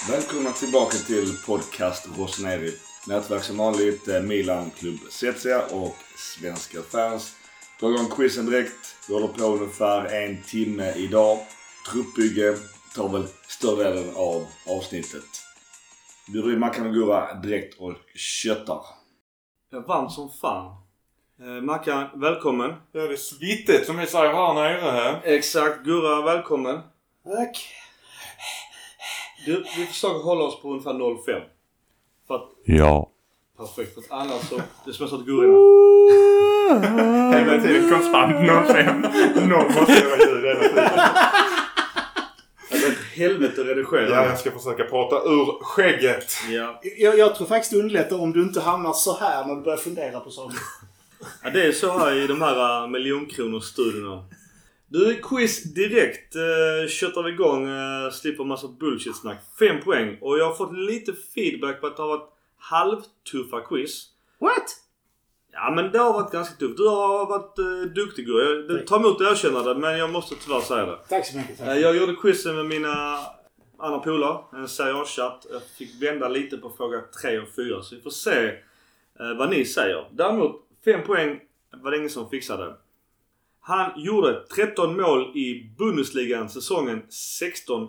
Välkomna tillbaka till podcast Rossoneri. Nätverk som vanligt, Milan, Klubb Zetsia och Svenska fans. Drar igång quizen direkt. Vi håller på ungefär 1 timme idag. Truppbygge tar väl större delen av avsnittet. Bjuder in Mackan och Gurra direkt och köttar. Jag vann som fan. Mackan, välkommen. Ja, det är svittigt som vi säger här nere här. Exakt, Gurra, välkommen. Tack. Du, vi försöker hålla oss på ungefär 0,5. För att... Ja. Perfekt, för att annars så... Det som jag sa till Gurra innan. Hela tiden konstant 0,5. Någon måste göra ljud hela tiden. Det är ett helvete redigera. Ja, jag ska försöka prata ur skägget. Ja. Jag tror faktiskt det underlättar om du inte hamnar så här när du börjar fundera på saker. Ja, det är så här i de här miljonkronorsstudierna. Du, quiz direkt. Köttar vi igång. Slipper massa bullshit-snack. 5 poäng. Och jag har fått lite feedback på att det har varit halvtuffa quiz. What? Ja, men det har varit ganska tufft. Du har varit duktig. Jag tar emot det erkännande, men jag måste tyvärr säga det. Tack så mycket. Tack. Jag gjorde quizen med mina andra polare. En serialchatt. Jag fick vända lite på fråga 3 och 4. Så vi får se vad ni säger. Däremot 5 poäng var det ingen som fixade. Han gjorde 13 mål i Bundesliga säsongen 16-17.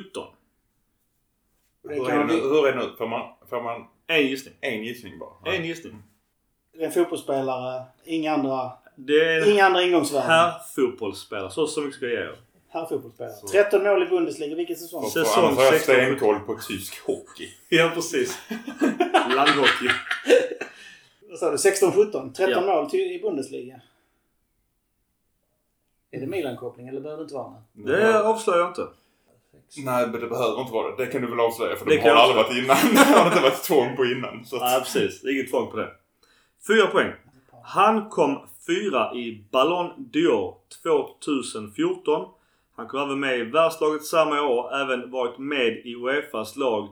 Hur är det nu? Får man en gissning. En gissning bara? En gissning. Det är en fotbollsspelare. Inga andra Det ingångsvärden. här fotbollsspelare. Så mycket ska jag ge er. Här fotbollsspelare. 13 mål i Bundesliga. Vilken säsong? Säsong Annars har jag 16-17. stenkoll på tysk hockey. Ja, precis. Landhockey. Vad sa du? 16-17? 13 Ja. mål i Bundesliga. Är det Milan-koppling eller behöver det inte vara det? Det avslöjar jag inte. Nej, men det behöver inte vara det. Det kan du väl avslöja, för Det de kan har jag aldrig varit innan. Det har inte varit tvång på innan. Så Nej, precis. Det är inget tvång på det. 4 poäng. Han kom 4 i Ballon d'Or 2014. Han kom även med i världslaget samma år och även varit med i UEFAs lag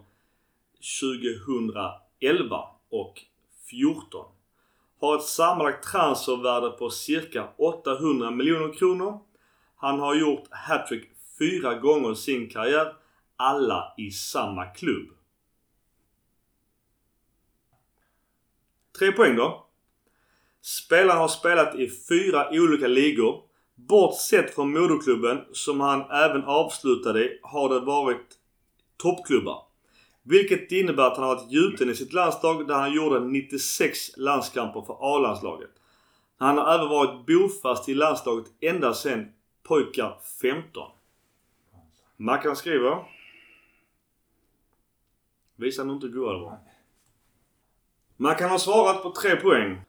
2011 och 14. Har ett sammanlagt transfervärde på cirka 800 miljoner kronor. Han har gjort hattrick 4 gånger i sin karriär. Alla i samma klubb. 3 poäng då. Spelaren har spelat i 4 olika ligor. Bortsett från moderklubben som han även avslutade har det varit toppklubbar. Vilket innebär att han har varit gjuten i sitt landslag där han gjorde 96 landskamper för A-landslaget. Han har även varit bofast i landslaget ända sedan pojkar 15. Mackan skriver. Visar nog inte gå över. Mackan har svarat på 3 poäng.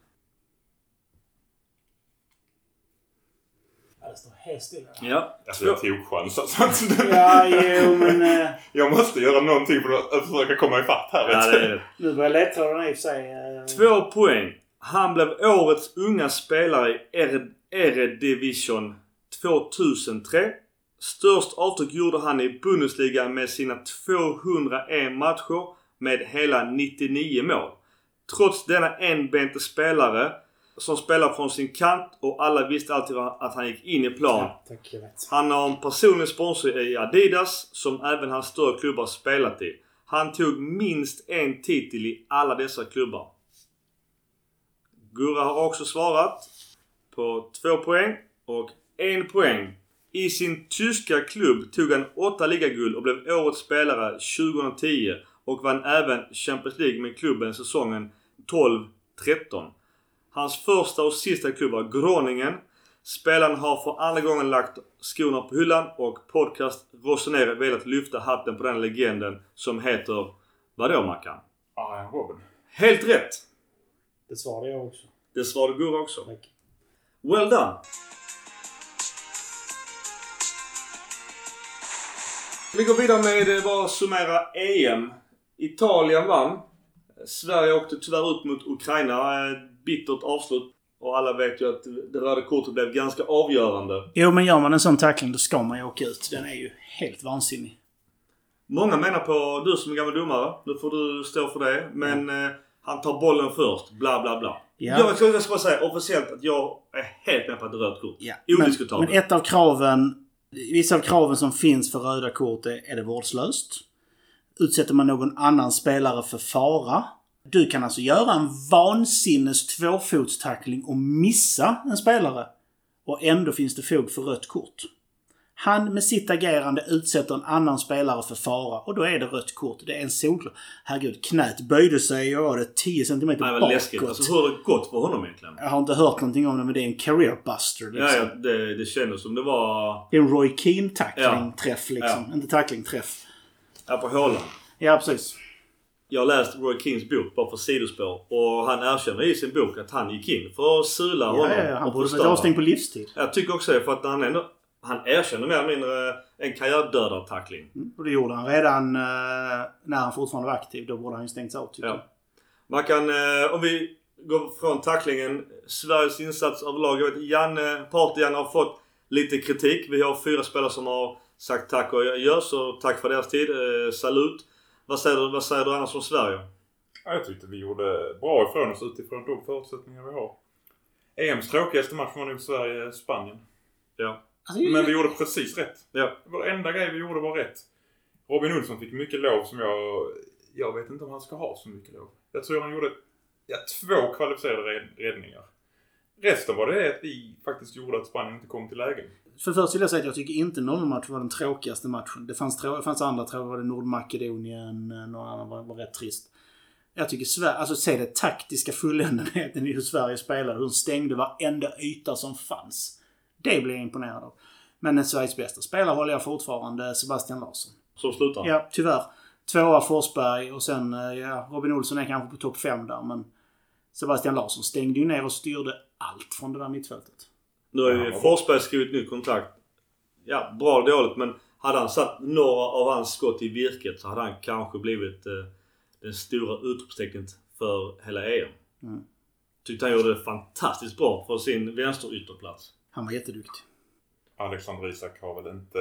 Ja, det står helt stilla. Ja. alltså, jag tog chans. Alltså. Ja, jo, men... Jag måste göra någonting för att försöka komma ifatt här. Ja, det är det. Nu börjar ledtrådarna i och för sig... 2 poäng. Han blev årets unga spelare i Eredivision 2003. Störst avtryck gjorde han i Bundesliga med sina 201 matcher med hela 99 mål. Trots denna enbente spelare som spelar från sin kant och alla visste alltid att han gick in i plan. Ja, tack, jag vet. Han har en personlig sponsor i Adidas som även hans större klubbar spelat i. Han tog minst en titel i alla dessa klubbar. Gurra har också svarat på 2 poäng och 1 poäng. I sin tyska klubb tog han 8 ligaguld och blev årets spelare 2010 och vann även Champions League med klubben säsongen 12-13. Hans första och sista klubb var Groningen. Spelaren har för andra gången lagt skorna på hyllan och podcast Rossoneri velat lyfta hatten på den legenden som heter vadå, Mackan? Arjen Robben. Helt rätt! Det svarade jag också. Det svarade Gurra också. Tack. Well done! Vi går vidare med bara summera EM. Italien vann. Sverige åkte tyvärr ut mot Ukraina. Bittert avslut. Och alla vet ju att det röda kortet blev ganska avgörande. Jo, men gör man en sån tackling då ska man ju åka ut. Den är ju helt vansinnig. Många menar på du som är gammal domare. Nu får du stå för det. Men han tar bollen först. Bla bla bla. Ja. Jag ska bara säga officiellt att jag är helt med på ett rött kort. Ja. Odiskutabelt. Men ett av kraven... Vissa av kraven som finns för röda kort är det vårdslöst. utsätter man någon annan spelare för fara. Du kan alltså göra en vansinnes tvåfotstackling och missa en spelare. Och ändå finns det fog för rött kort. Han med sitt agerande utsätter en annan spelare för fara och då är det rött kort. Det är en solklar. Herregud, knät böjde sig och var det 10 cm bakåt. Det var läskigt. Alltså hur har det gått för honom egentligen? Jag har inte hört någonting om det, men det är en career buster liksom. Ja, det kändes som det var... Det är en Roy Keane-tackling-träff liksom. Ja. Inte tackling-träff. Ja, på hålan. Ja, precis. Jag har läst Roy Keanes bok bara för sidospår. Och han erkänner i sin bok att han gick in för att sula honom. Ja, han borde vara avstängd på livstid. Jag tycker också det, för att han erkänner mer eller mindre en karriärdödartackling. Och det gjorde han redan när han fortfarande var aktiv. Då borde han ju stängts av, tycker jag. Man kan, om vi går från tacklingen, Sveriges insats överlag. Jag vet, Janne har fått lite kritik. Vi har 4 spelare som har sagt tack och gör, så tack för deras tid. Salut. Vad säger du annars om Sverige? Ja, jag tyckte vi gjorde bra ifrån oss utifrån de förutsättningar vi har. EMs tråkigaste match var nog Sverige-Spanien. Ja. Men vi gjorde precis rätt. Ja. Det enda grej vi gjorde var rätt. Robin Olsson fick mycket lov som jag vet inte om han ska ha så mycket lov. Jag tror han gjorde 2 kvalificerade räddningar. Resten var det att vi faktiskt gjorde att Spanien inte kom till lägen. För först vill jag säga att jag tycker inte någon match var den tråkigaste matchen. Det fanns andra, tror jag, var det Nordmakedonien, någon annan var rätt trist. Jag tycker se det taktiska fulländanheten i hur Sverige spelade. Hur de stängde varenda yta som fanns. Det blir jag imponerad av. Men Sveriges bästa spelare håller jag fortfarande Sebastian Larsson. Så slutar han? Ja, tyvärr. 2 Forsberg och sen Robin Olsson är kanske på topp 5 där. Men Sebastian Larsson stängde ju ner och styrde allt från det där mittfältet. Nu har ju Forsberg skrivit nytt kontrakt. Ja, bra eller dåligt, men hade han satt några av hans skott i virket så hade han kanske blivit den stora utropstecknet för hela EM. Tyckte han gjorde det fantastiskt bra för sin vänsterytterplats. Han var jätteduktig. Alexander Isak har väl inte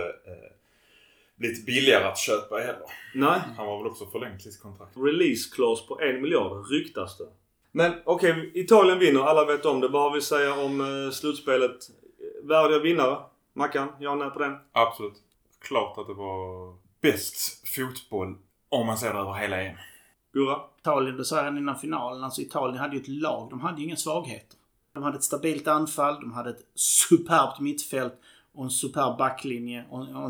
blivit billigare att köpa heller. Nej. Han var väl också förlängt sitt kontrakt. Release clause på 1 miljard ryktas det. Men okej, Italien vinner. Alla vet om det. Vad har vi säga om slutspelet? Värdiga vinnare? Mackan, Janne på den? Absolut. Klart att det var bäst fotboll om man ser det över hela EM. Gurra? Italien, det sa jag innan finalen. Alltså Italien hade ju ett lag. De hade ju inga svagheter. De hade ett stabilt anfall. De hade ett superbt mittfält. Och en superb backlinje.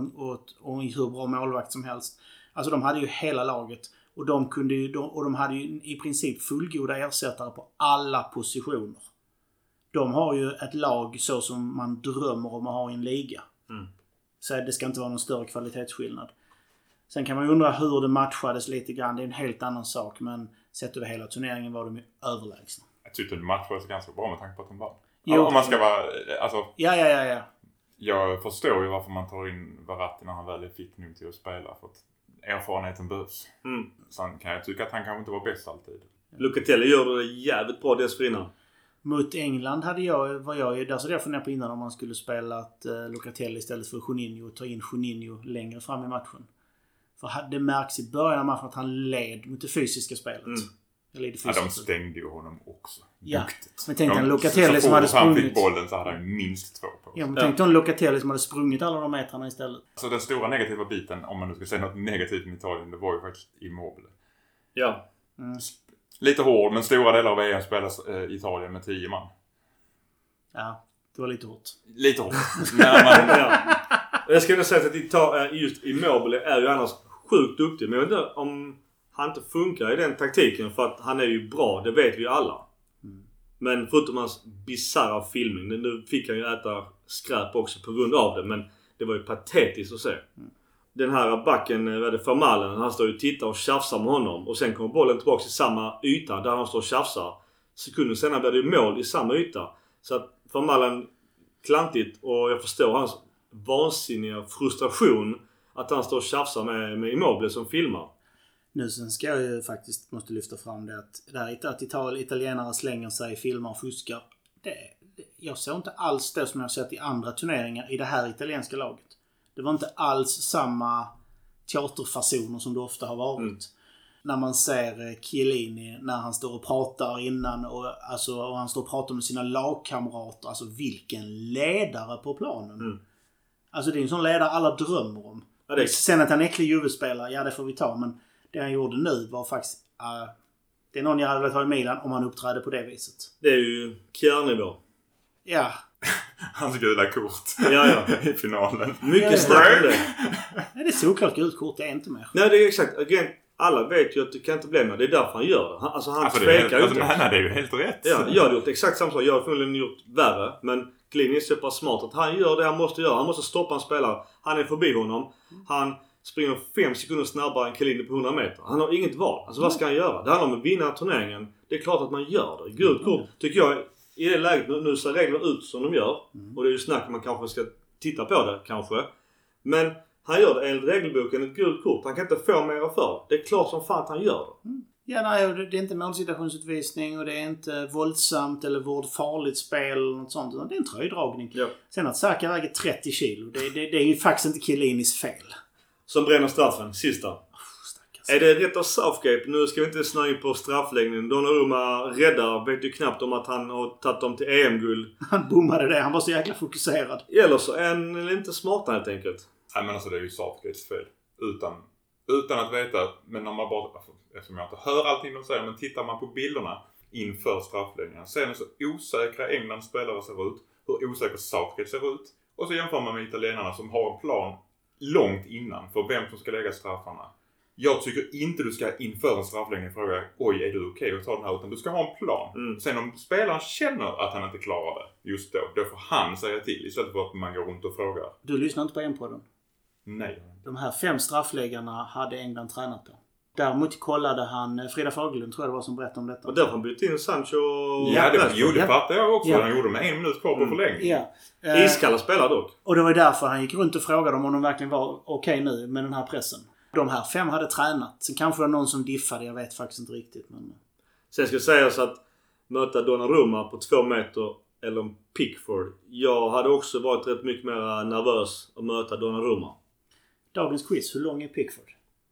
Och hur bra målvakt som helst. Alltså de hade ju hela laget. Och de hade ju i princip fullgoda ersättare på alla positioner. De har ju ett lag så som man drömmer om att ha i en liga. Så det ska inte vara någon större kvalitetsskillnad. Sen kan man ju undra hur det matchades lite grann. Det är en helt annan sak. Men sett över hela turneringen var de ju överlägsna. Jag tyckte det matchades ganska bra med tanke på att de vann. Jo. Om man ska vara... Alltså, Ja. Jag förstår ju varför man tar in Verratti när han väl är fit nu till att spela. För att erfarenheten behövs. Sen kan jag tycka att han kanske inte var bäst alltid. Locatelli gör det jävligt bra dessförinnan. Mot England där så jag funderade på innan om man skulle spela att Locatelli istället för Juninho och ta in Juninho längre fram i matchen. För det märks i början av matchen att han led mot det fysiska spelet. Eller det fysiska. Ja, de stängde ju honom också. Ja. Duktigt. Men tänkte en Locatelli som hade sprungit... han fick bollen så hade han minst 2 på. Ja, men tänkte en Locatelli som hade sprungit alla de metrarna istället. Så den stora negativa biten, om man nu ska säga något negativt med Italien, det var ju faktiskt Immobile. Ja. Lite hård, men stora delar av EM spelas Italien med 10 man. Ja, det var lite hårt. Lite hårt. Jag skulle säga att just Immobile är ju annars sjukt duktig. Men jag vet inte om han inte funkar i den taktiken. För att han är ju bra, det vet vi ju alla. Men förutom hans bizarra filmning. Nu fick han ju äta skräp också på grund av det. Men det var ju patetiskt att se. Den här backen, Vermalen, han står ju och tittar och tjafsar med honom. Och sen kommer bollen tillbaka till samma yta där han står och tjafsar. Sekunden senare blir det ju mål i samma yta. Så att Vermalen klantigt, och jag förstår hans vansinniga frustration att han står och tjafsar med Immobile som filmar. Nu sen ska jag ju faktiskt måste lyfta fram det att italienare slänger sig, filmar och fuskar. Jag såg inte alls det som jag sett i andra turneringar i det här italienska laget. Det var inte alls samma teaterfasoner som det ofta har varit. När man ser Chiellini när han står och pratar innan och han står och pratar med sina lagkamrater. Alltså vilken ledare på planen. Alltså det är en sån ledare alla drömmer om. Ja, sen att han är äcklig Juve-spelare, ja det får vi ta. Men det han gjorde nu var faktiskt... det är någon jag hade velat ha i Milan om han uppträdde på det viset. Det är ju kärnivå. Ja. Hans gula kort. Ja. I finalen. Mycket snack om det. Nej, det är såklart gult kort. Det är inte mer. Nej, det är exakt. Again, alla vet ju att det kan inte bli med. Det är därför han gör det. Han tvekar ju inte. Nej, det är ju helt rätt. Ja, jag hade gjort exakt samma sak. Jag har förmodligen gjort värre. Men Glin är så pass smart att han gör det han måste göra. Han måste stoppa en spelare. Han är förbi honom. Han springer 5 sekunder snabbare än Chiellini på 100 meter. Han har inget val. Alltså vad ska han göra? Det handlar om att vinna turneringen. Det är klart att man gör det. Gult kort tycker jag i det läget. Nu ser regler ut som de gör. Och det är ju snack man kanske ska titta på det kanske. Men han gör det enligt regelboken ett gult kort. Han kan inte få mer för det. Det är klart som fan att han gör det. Ja, nej, det är inte målsituationsutvisning och det är inte våldsamt eller vårdfarligt spel eller något sånt. Utan det är en tröjdragning. Ja. Sen att Saka väger 30 kilo. Det är ju faktiskt inte Chiellinis fel. Som bränner straffen. Sista. Är det rätt av Southgate? Nu ska vi inte snöa in på straffläggningen. Donnarumma räddar. Vet ju knappt om att han har tagit dem till EM-guld. Han bommade det. Han var så jäkla fokuserad. Eller så är han inte smartare helt enkelt. Nej, men alltså det är ju Southgates fel. Utan att veta. Men när man bara... Eftersom jag inte hör allting de säger. Men tittar man på bilderna inför straffläggningen. Ser ni så osäkra Englands spelare ser ut. Hur osäker Southgate ser ut. Och så jämför man med italienarna som har en plan långt innan för vem som ska lägga straffarna. Jag tycker inte du ska inför en straffläggning fråga oj, är du okej att ta den här? Utan du ska ha en plan. Sen om spelaren känner att han inte klarar det just då får han säga till istället för att man går runt och frågar. Du lyssnar inte på EM-podden? Nej. De här 5 straffläggarna hade England tränat på. Däremot kollade han Frida Fagerlund, tror jag det var, som berättade om detta. Och därför han bytte in Sancho och... Ja, det fattar jag också. Ja. Han gjorde med 1 minut kvar på förlängning. Ja. Iskalla spelare dock. Och det var därför han gick runt och frågade om de verkligen var okej nu med den här pressen. De här 5 hade tränat. Sen kanske det var någon som diffade, jag vet faktiskt inte riktigt. Men... Sen ska sägas att möta Donnarumma på 2 meter eller en Pickford. Jag hade också varit rätt mycket mer nervös att möta Donnarumma. Dagens quiz, hur lång är Pickford?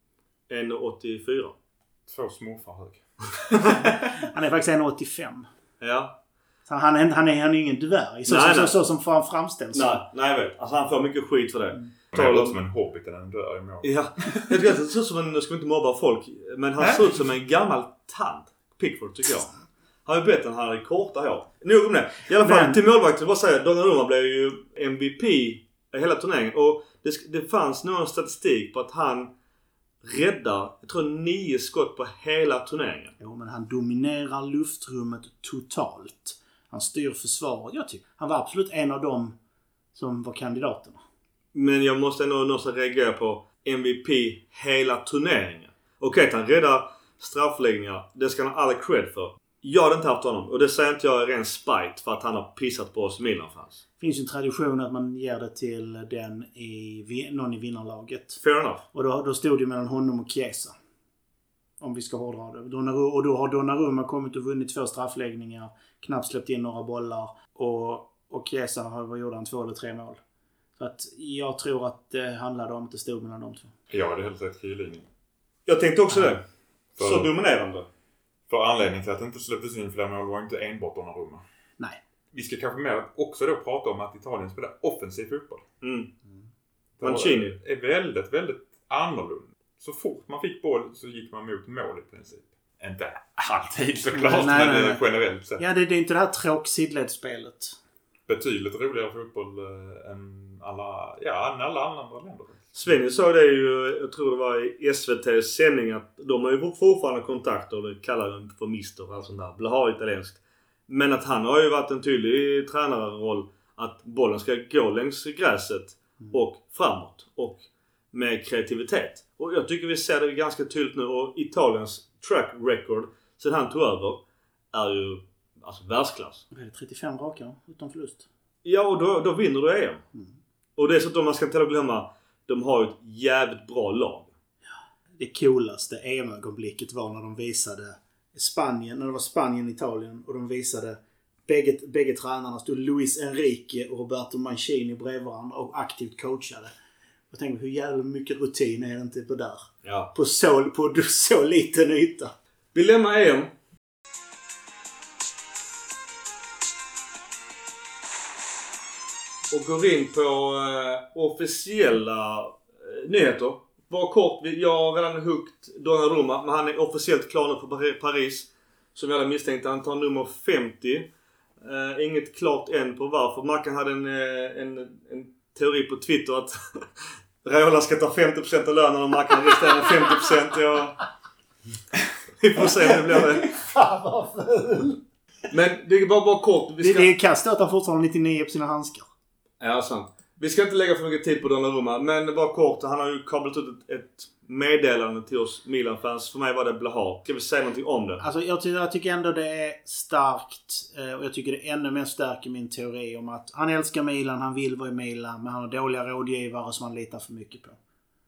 1,84. 2 småfar hög. Han är faktiskt 1,85. Ja. Så han är ingen dvärg. Så som han framställs. Nej, jag vet. Alltså han får mycket skit för det. Han ser ut som en hobbit eller en dvärg i mål. Ja. Jag tycker att det ser ut som en... Nu ska vi inte mobba folk. Men han ser ut som en gammal tant. Pickford tycker jag. Han är bättre än han hade korta hår. Nog om det. I alla fall till målvakten bara säga. Donnarumma blev ju MVP i hela turneringen. Och det fanns någon statistik på att han räddar, jag tror 9 skott på hela turneringen. Jo, men han dominerar luftrummet totalt. Han styr försvaret. Jag tycker han var absolut en av dem som var kandidaterna. Men jag måste ändå någonstans reagera på MVP hela turneringen. Okej, att han räddar straffläggningar. Det ska han ha all cred för. Jag hade inte haft honom. Och det säger inte jag är ren spite för att han har pissat på oss Milan-fans. Det finns ju en tradition att man ger det till någon i vinnarlaget. Fair enough. Och då stod det mellan honom och Chiesa. Om vi ska hårdra det. Och då har Donnarumma kommit och vunnit 2 straffläggningar. Knappt släppt in några bollar. Och Chiesa har gjort 2 eller 3 mål. Så att jag tror att det handlade om att det stod mellan de 2. Jag hade helt rätt Chiellini. Jag tänkte också det. Så dominerande. För anledningen till att det inte släpptes in fler mål var inte enbart Donnarumma. Nej. Vi ska kanske mer också då prata om att Italien spelar offensiv fotboll. Mancini är väldigt, väldigt annorlunda. Så fort man fick boll så gick man mot mål i princip. Inte alltid såklart, men generellt sett. Ja, det är inte det här tråksidledsspelet. Betydligt roligare fotboll än alla andra länder. Sven sa det ju, jag tror det var i SVT:s sändning, att de har ju fortfarande kontakter, och det kallar de för mister och allt sånt där. Blaha italienskt. Men att han har ju varit en tydlig tränarroll att bollen ska gå längs gräset och framåt och med kreativitet. Och jag tycker vi ser det ganska tydligt nu, och Italiens track record sedan han tog över är ju alltså världsklass. Det är 35 raka utan förlust. Ja, och då vinner du EM. Och det är så att man ska inte glömma, de har ju ett jävligt bra lag. Det coolaste EM-ögonblicket var när de visade Spanien, när det var Spanien-Italien, och de visade bägge tränarna stod Luis Enrique och Roberto Mancini bredvid varandra och aktivt coachade. Jag tänkte, hur jävla mycket rutin är det inte på där? Ja. På så liten yta. Vi lämnar EM. Och går in på officiella nyheter. bara kort. Jag har redan huggt Donnarumma, men han är officiellt klar nu för Paris. Som jag hade misstänkt. Han tar nummer 50. Inget klart än på varför. Mackan hade en teori på Twitter att Raiola ska ta 50% av lönen och Mackan resterande 50%. Vi får se hur det blir. Fan vad ful! Men det är bara kort. Det är kast att han fortfarande 99 på sina handskar. Ja, sant. Vi ska inte lägga för mycket tid på Donnarumma, men bara kort. Han har ju kablat ut ett meddelande till oss Milan-fans. För mig var det blaha. Ska vi säga någonting om det? Alltså jag tycker ändå det är starkt. Och jag tycker det ännu mer stärker min teori om att han älskar Milan, han vill vara i Milan, men han har dåliga rådgivare som han litar för mycket på.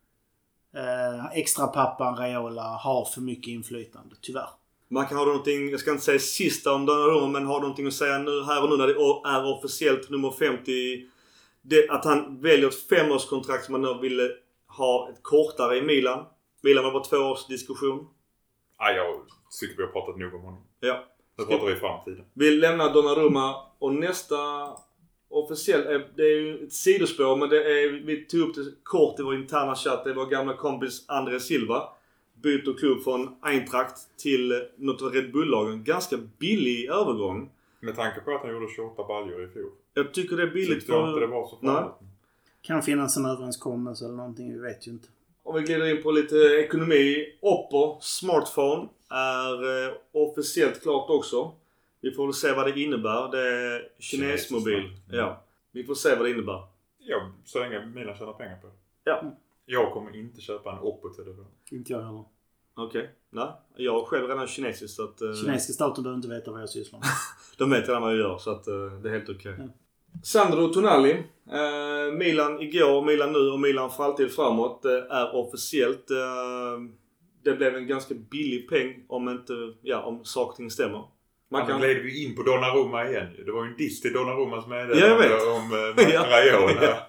Extra pappan Raiola har för mycket inflytande, tyvärr. Man kan ha någonting, jag ska inte säga sista om Donnarumma, men har någonting att säga nu, här och nu när det är officiellt nummer 50. Att han väljer ett 5-årskontrakt som man nu ville ha ett kortare i Milan. Milan var bara 2 års diskussion. Ja, jag tycker vi har pratat nog om honom. Ja. Nu pratar vi i framtiden. Vi lämnar Donnarumma och nästa officiell, det är ju ett sidospår, men det är, vi tog upp det kort i vår interna chatt. Det var gamla kompis André Silva. Byter klubb från Eintracht till något av Red Bull-lagen. Ganska billig övergång. Med tanke på att han gjorde 28 baljor i fjol. Jag tycker det är billigt för... Jag inte det var så farligt. Kan finnas en överenskommelse eller någonting, vi vet ju inte. Om vi glider in på lite ekonomi. Oppo Smartphone är officiellt klart också. Vi får väl se vad det innebär. Det är kinesmobil. Ja. Vi får se vad det innebär. Ja, så länge Milan tjänar pengar på det. Ja. Jag kommer inte köpa en Oppo-telefon. Inte jag heller. Okej. Nej. Jag har själv redan kinesisk så att... Kinesiska staten behöver inte veta vad jag sysslar med. De vet redan vad jag gör så att det är helt okej. Ja. Sandro Tonali. Milan igår, Milan nu och Milan för alltid framåt är officiellt. Det blev en ganska billig peng om saker och ting stämmer. Man kan... gled vi in på Donnarumma igen. Det var ju en diss till Donnarumma som är jag vet. Om Raiola.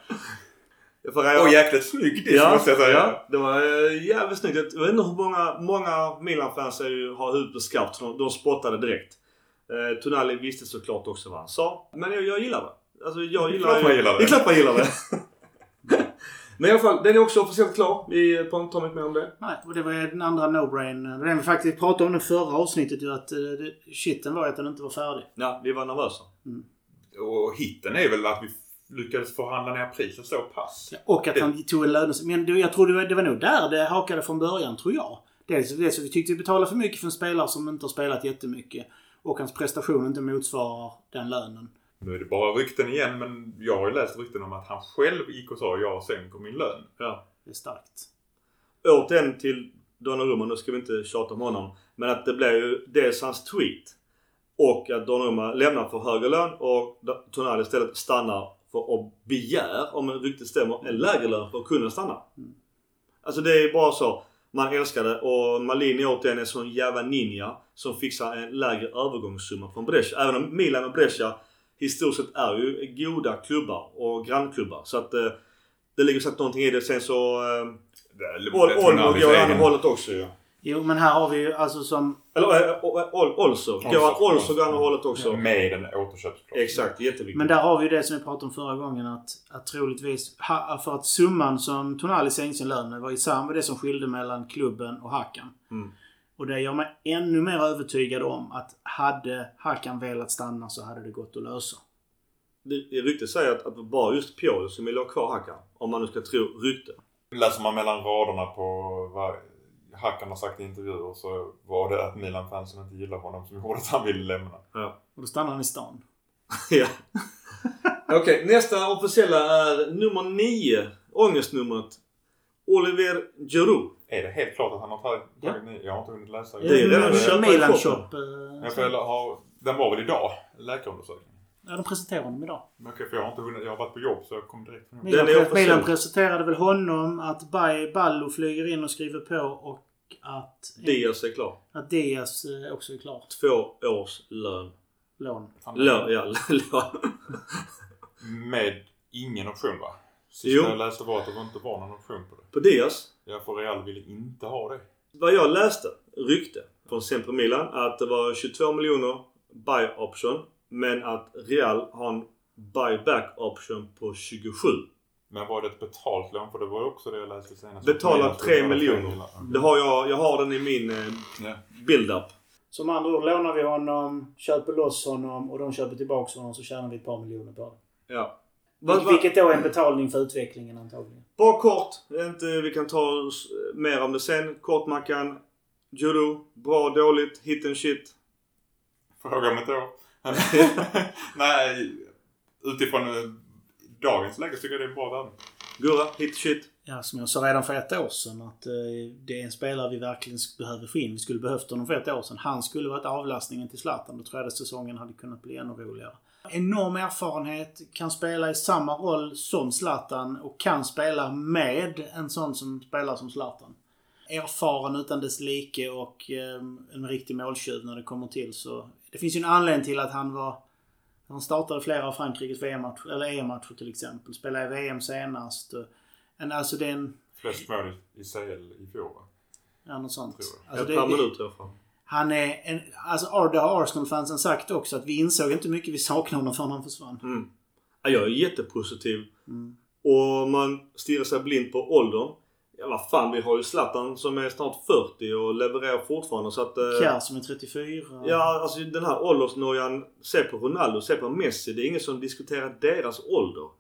Och jäkligt snygg diss måste jag säga. Ja, det var jävligt snyggt. Jag vet inte hur många Milan-fans har huvudet på skarpt. De spottade direkt. Tonali visste såklart också vad han sa. Men jag gillar det. Alltså jag gillar det. Det är klart man gillar det. Men i alla fall, den är också officiellt klar. Vi har inte tagit med om det. Nej, och det var den andra no-brain. Den vi faktiskt pratade om det förra avsnittet ju att shitten var att den inte var färdig. Ja, vi var nervösa. Och hitten är väl att vi lyckades förhandla ner priset så pass. Ja, och att han tog en lön. Men jag tror det var nog där det hakade från början, tror jag. Dels så vi tyckte vi betalade för mycket för en spelare som inte har spelat jättemycket. Och hans prestation inte motsvarar den lönen. Nu är det bara rykten igen, men jag har ju läst rykten om att han själv gick och sa jag sänker min lön. Ja. Det är starkt. Återigen till Donnarumma, nu ska vi inte tjata om honom. Men att det blev ju dels hans tweet. Och att Donnarumma lämnar för högre lön och Tonali istället stannar för att begär, om en rykte stämmer, en lägre lön för att kunna stanna. Alltså det är bara så. Man älskar det och Malini återigen är en sån jävla ninja som fixar en lägre övergångssumma från Brescia. Även om Milan och Brescia historiskt sett är ju goda klubbar och grannklubbar. Så att det ligger säkert någonting i det. Sen så Olmo går i andra hållet också ju. Jo, men här har vi ju alltså som... Eller also. Går i andra hållet också. Med en återköpsklausul. Exakt, jätteviktigt. Men där har vi ju det som vi pratade om förra gången. Att troligtvis, för att summan som Tonali sänkte sin lön var ju samma det som skilde mellan klubben och Hakan. Och det gör mig ännu mer övertygad om att hade Hakan velat stanna så hade det gått att lösa. Det ryktet säger att det var just Pioli som ville ha kvar Hakan. Om man nu ska tro rykte. Läser man mellan raderna på vad Hakan har sagt i intervjuer så var det att Milan-fansen inte gillar honom som gjorde att han ville lämna. Ja. Och då stannar han i stan. Ja. Okej, nästa officiella är nummer 9. Ångestnumret. Olivier Giroud. Är det helt klart att han har tagit med? Jag har inte hunnit läsa. Det är redan köpt Milan Shop. Den var väl idag? Läkarundersökningen? Ja, de presenterade honom idag. Okej, för jag har inte hunnit. Jag har varit på jobb så jag kom direkt från jobb. Milan presenterade väl honom att Ballo flyger in och skriver på och att Diaz är klar. Att Diaz också är klar. 2 års lön. Lån. Lån. Med ingen option va? Sista jag läste var att det inte var någon option på det. På Diaz? Jag för Real ville inte ha det. Vad jag läste, rykte från Sempre Milan, att det var 22 miljoner buy option. Men att Real har en buyback option på 27. Men var det ett betalt lån? För det var också det jag läste senast. Betalat 3 miljoner. Det har jag har den i min build-up. Som andra ord, lånar vi honom, köper loss honom och de köper tillbaka honom, så tjänar vi ett par miljoner på det. Ja. Vilket då är en betalning för utvecklingen antagligen. Bara kort. Vi kan ta mer om det sen. Kortmackan. Judo. Bra, dåligt. Hit and shit. Fråga mig då. Nej, utifrån dagens läge tycker jag det är bra värde. Gurra, hit shit. Ja, som jag sa redan för ett år sedan, att det är en spelare vi verkligen behöver få in. Vi skulle behövt honom för ett år sedan. Han skulle varit avlastningen till Zlatan. Då tror jag att säsongen hade kunnat bli ännu roligare. Enorm erfarenhet, kan spela i samma roll som Zlatan och kan spela med en sån som spelar som Zlatan. Erfaren utan dess like och en riktig måltjuv när det kommer till. Så det finns ju en anledning till att han startade flera av Frankrikes EM-matcher till exempel. Spelade i VM senast. Alltså det är en... Flest mål i CL i fjol, va? Ja, något sånt. Alltså ett par minuter ifrån. Han är en... Alltså det har Arsenal-fansen sagt också, att vi insåg inte mycket vi saknade honom förrän han försvann. Mm. Ja, jag är jättepositiv. Och man stirrar sig blind på åldern. Ja, vad fan, vi har ju Zlatan som är snart 40 och levererar fortfarande, så att... Kjär som är 34. Ja, alltså den här åldersnojan, se på Ronaldo, se på Messi. Det är ingen som diskuterar deras ålder.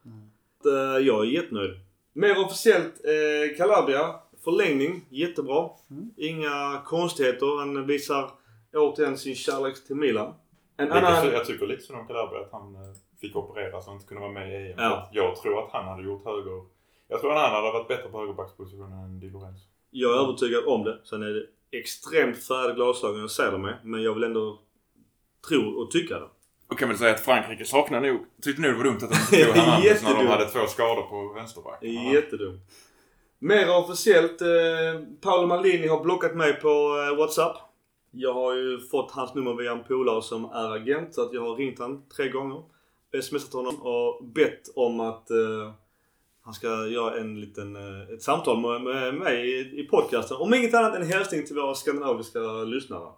Jag är jättenöjd. Mer officiellt, Calabria, förlängning, jättebra. Inga konstigheter. Han visar återigen sin kärlek till Milan. Jag tycker lite som om Calabria att han fick opereras och inte kunde vara med i EM. Ja. Jag tror att han hade gjort höger... Jag tror att han hade varit bättre på högerbackspositionen än Di Lorenzo. Jag är övertygad om det. Sen är det extremt färdiga glasögon jag säger det med. Men jag vill ändå tro och tycka det. Och kan väl säga att Frankrike tyckte nog det var dumt att de tog Hernandez när de hade 2 skador på vänsterback. Jättedumt. Mer officiellt, Paolo Maldini har blockat mig på WhatsApp. Jag har ju fått hans nummer via en polare som är agent, så att jag har ringt han 3 gånger. Smsat honom och bett om att han ska göra ett samtal med mig i podcasten. Om inget annat än hälsning till våra skandinaviska lyssnare.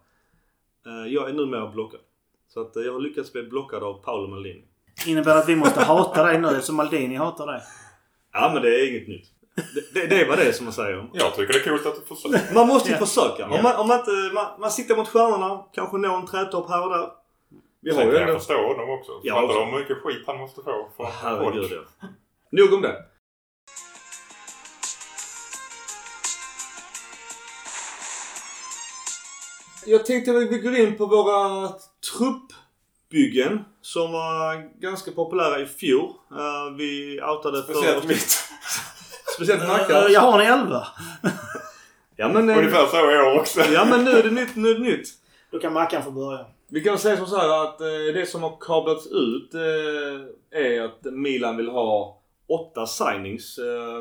Jag är numera blockad. Så att jag har lyckats bli blockad av Paolo Maldini. Innebär att vi måste hata dig nu som Maldini hatar dig? Ja, men det är inget nytt. Det var det som man säger. Jag tycker det är coolt att du försöker. Man måste ju försöka. Man sitter mot stjärnorna, kanske når en trätopp här och där. Sen kan jag förstå honom också. Fattar du hur mycket skit han måste få från herregud, ja. Nog om det. Jag tänkte att vi går in på våra truppbyggen som var ganska populära i fjol. Vi outade speciellt mitt. Speciellt Mackan. Jag har en 11. Ja, men ungefär så är jag också. Ja, men nu är det nytt. Då kan Mackan få börja. Vi kan säga som så här att det som har kablats ut är att Milan vill ha 8 signings.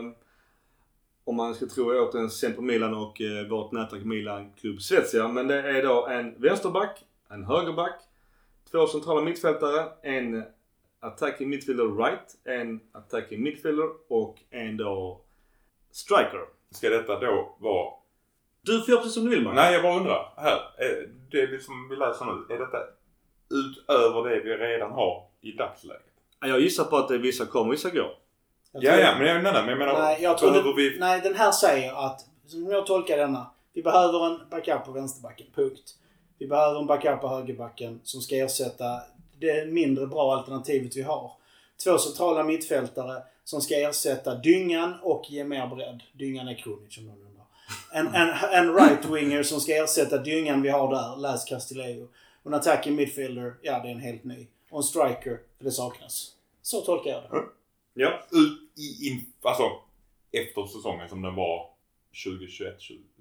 Om man ska tro åt en sen på Milan och vårt nätverk Milan Klubb Svezia. Men det är då en vänsterback, en högerback, 2 centrala mittfältare, en attacking midfielder right, en attacking midfielder och en då striker. Ska detta då vara... Du får göra precis som du vill, Mark. Nej, jag bara undrar. Här, det som vi läser nu, är detta utöver det vi redan har i dagsläget? Jag gissar på att det vissa kommer, vissa går. Men jag menar... Nej, den här säger att, som jag tolkar denna, vi behöver en backup på vänsterbacken, punkt. Vi behöver en backup på högerbacken som ska ersätta det mindre bra alternativet vi har. 2 centrala mittfältare som ska ersätta Dyngan och ge mer bredd. Dyngan är Kronic om någon undrar. En right-winger som ska ersätta Dyngan vi har där, Laz Castillejo. Och en attacking midfielder, ja, det är en helt ny. Och en striker, för det saknas. Så tolkar jag det. Ja. Alltså, efter säsongen som den var 2021.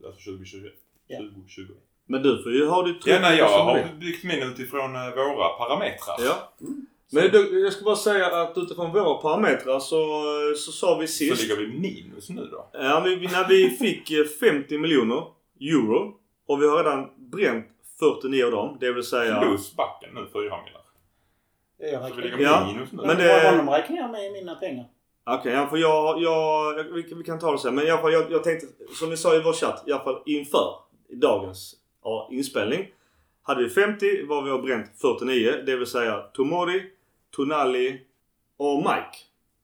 Ja. 2020. Men du får ju ha ditt trupp. Ja, nej, jag har byggt min utifrån våra parametrar. Ja. Men jag ska bara säga att utifrån våra parametrar så sa vi sist... Så ligger vi minus nu då? Ja, när vi fick 50 miljoner euro och vi har redan bränt 49 av dem. Det vill säga... Plus backen nu, 4 miljoner. Jag räknar minus nu. Men det... honom räknar jag med i mina pengar. Okej, ja, för vi kan ta det sen. Men i alla fall, jag tänkte, som vi sa i vår chatt, i alla fall inför dagens inspelning. Hade vi 50 var vi har bränt 49. Det vill säga Tomori, Tonali och Mike.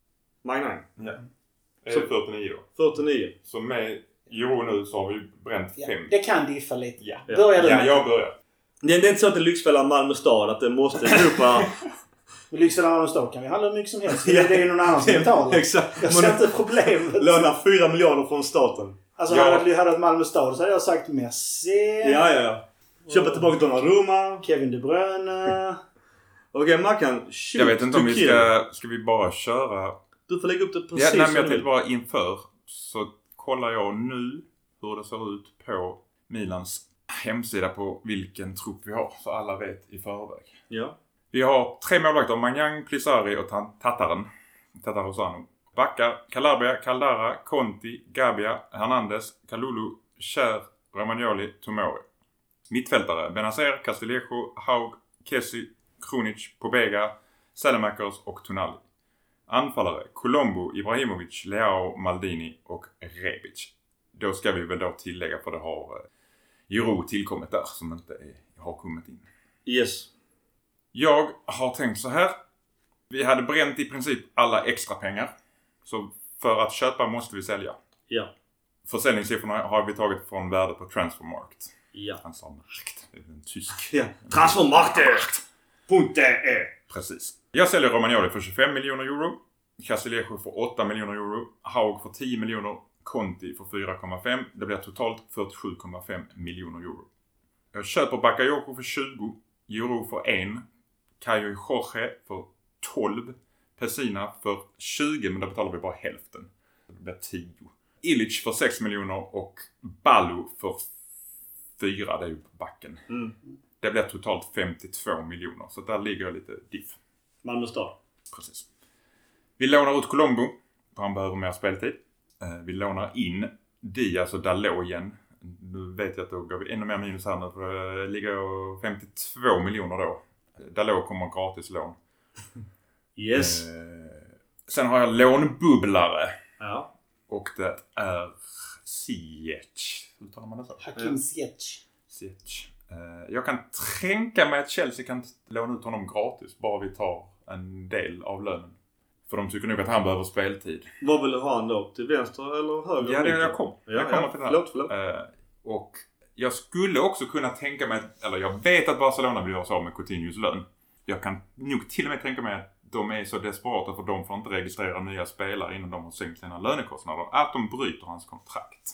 Magnang. Ja. Är det 49 då? 49. Så med euro nu så har vi bränt 5. Det kan diffa lite. Ja. Börjar du? Ja, jag börjar. Det är inte så att det är Lyxfällan Malmö stad att det måste köpa... Med Lyxfällan Malmö stad kan vi handla hur mycket som helst. Det är någon annan som betalar. Exakt. Jag ser inte problemet. Låna 4 miljarder från staten. Alltså hade ett Malmö stad så hade jag sagt Messi. Ja. Köpa tillbaka Donnarumma. Kevin De Bruyne. Okej, Mackan. Jag vet inte om vi ska vi bara köra... Du får lägga upp det precis. Ja, jag tänkte bara inför så kollar jag nu hur det ser ut på Milans hemsida på vilken trupp vi har. Så alla vet i förväg. Ja. Vi har 3 målvakter. Magnang, Plisari och Tatarosano. Backar, Calabria, Caldara, Conti, Gabbia, Hernandez, Kalulu, Kjär, Romagnoli, Tomori. Mittfältare, Benazer, Castillejo, Haug, Kessi, Krunic, Pobega, Salemakers och Tonali. Anfallare, Colombo, Ibrahimovic, Leao, Maldini och Rebic. Då ska vi väl då tillägga, för det har Euro tillkommit där som inte har kommit in. Yes. Jag har tänkt så här. Vi hade bränt i princip alla extra pengar. Så för att köpa måste vi sälja. Ja. Försäljningssiffrorna har vi tagit från värde på Transfermarkt. Ja. Transfermarkt. Det är en tysk. Ja. Transfermarkt.de. Precis. Jag säljer Romagnoli för 25 miljoner euro. Castillejo för 8 miljoner euro. Haug för 10 miljoner. Conti för 4,5. Det blir totalt 47,5 miljoner euro. Jag köper Bakayoko för 20. Euro för 1. Caio Jorge för 12. Pessina för 20, men då betalar vi bara hälften. Det blir 10. Illich för 6 miljoner och Ballo för 4, det är ju på backen. Det blir totalt 52 miljoner, så där ligger lite diff. Malmö stad. Precis. Vi lånar ut Colombo, för han behöver mer speltid. Vi lånar in Diaz och Dalot igen. Nu vet jag att då går vi ännu mer minus här nu, för det ligger 52 miljoner då. Dalot kommer gratis lån. Yes. Sen har jag lånbubblare. Ja. Och det är Ziyech. Hur talar man det så? Hakim Ziyech. Jag kan tänka mig att Chelsea kan låna ut honom gratis. Bara vi tar en del av lönen. För de tycker nog att han behöver speltid. Vad vill du ha han då? Till vänster eller höger? Ja, jag kommer till det här. Förlåt. Och jag skulle också kunna tänka mig, eller jag vet att Barcelona vill göra så med Coutinhos lön. Jag kan nog till och med tänka mig att de är så desperata, för de får inte registrera nya spelare innan de har sänkt sina lönekostnader, att de bryter hans kontrakt.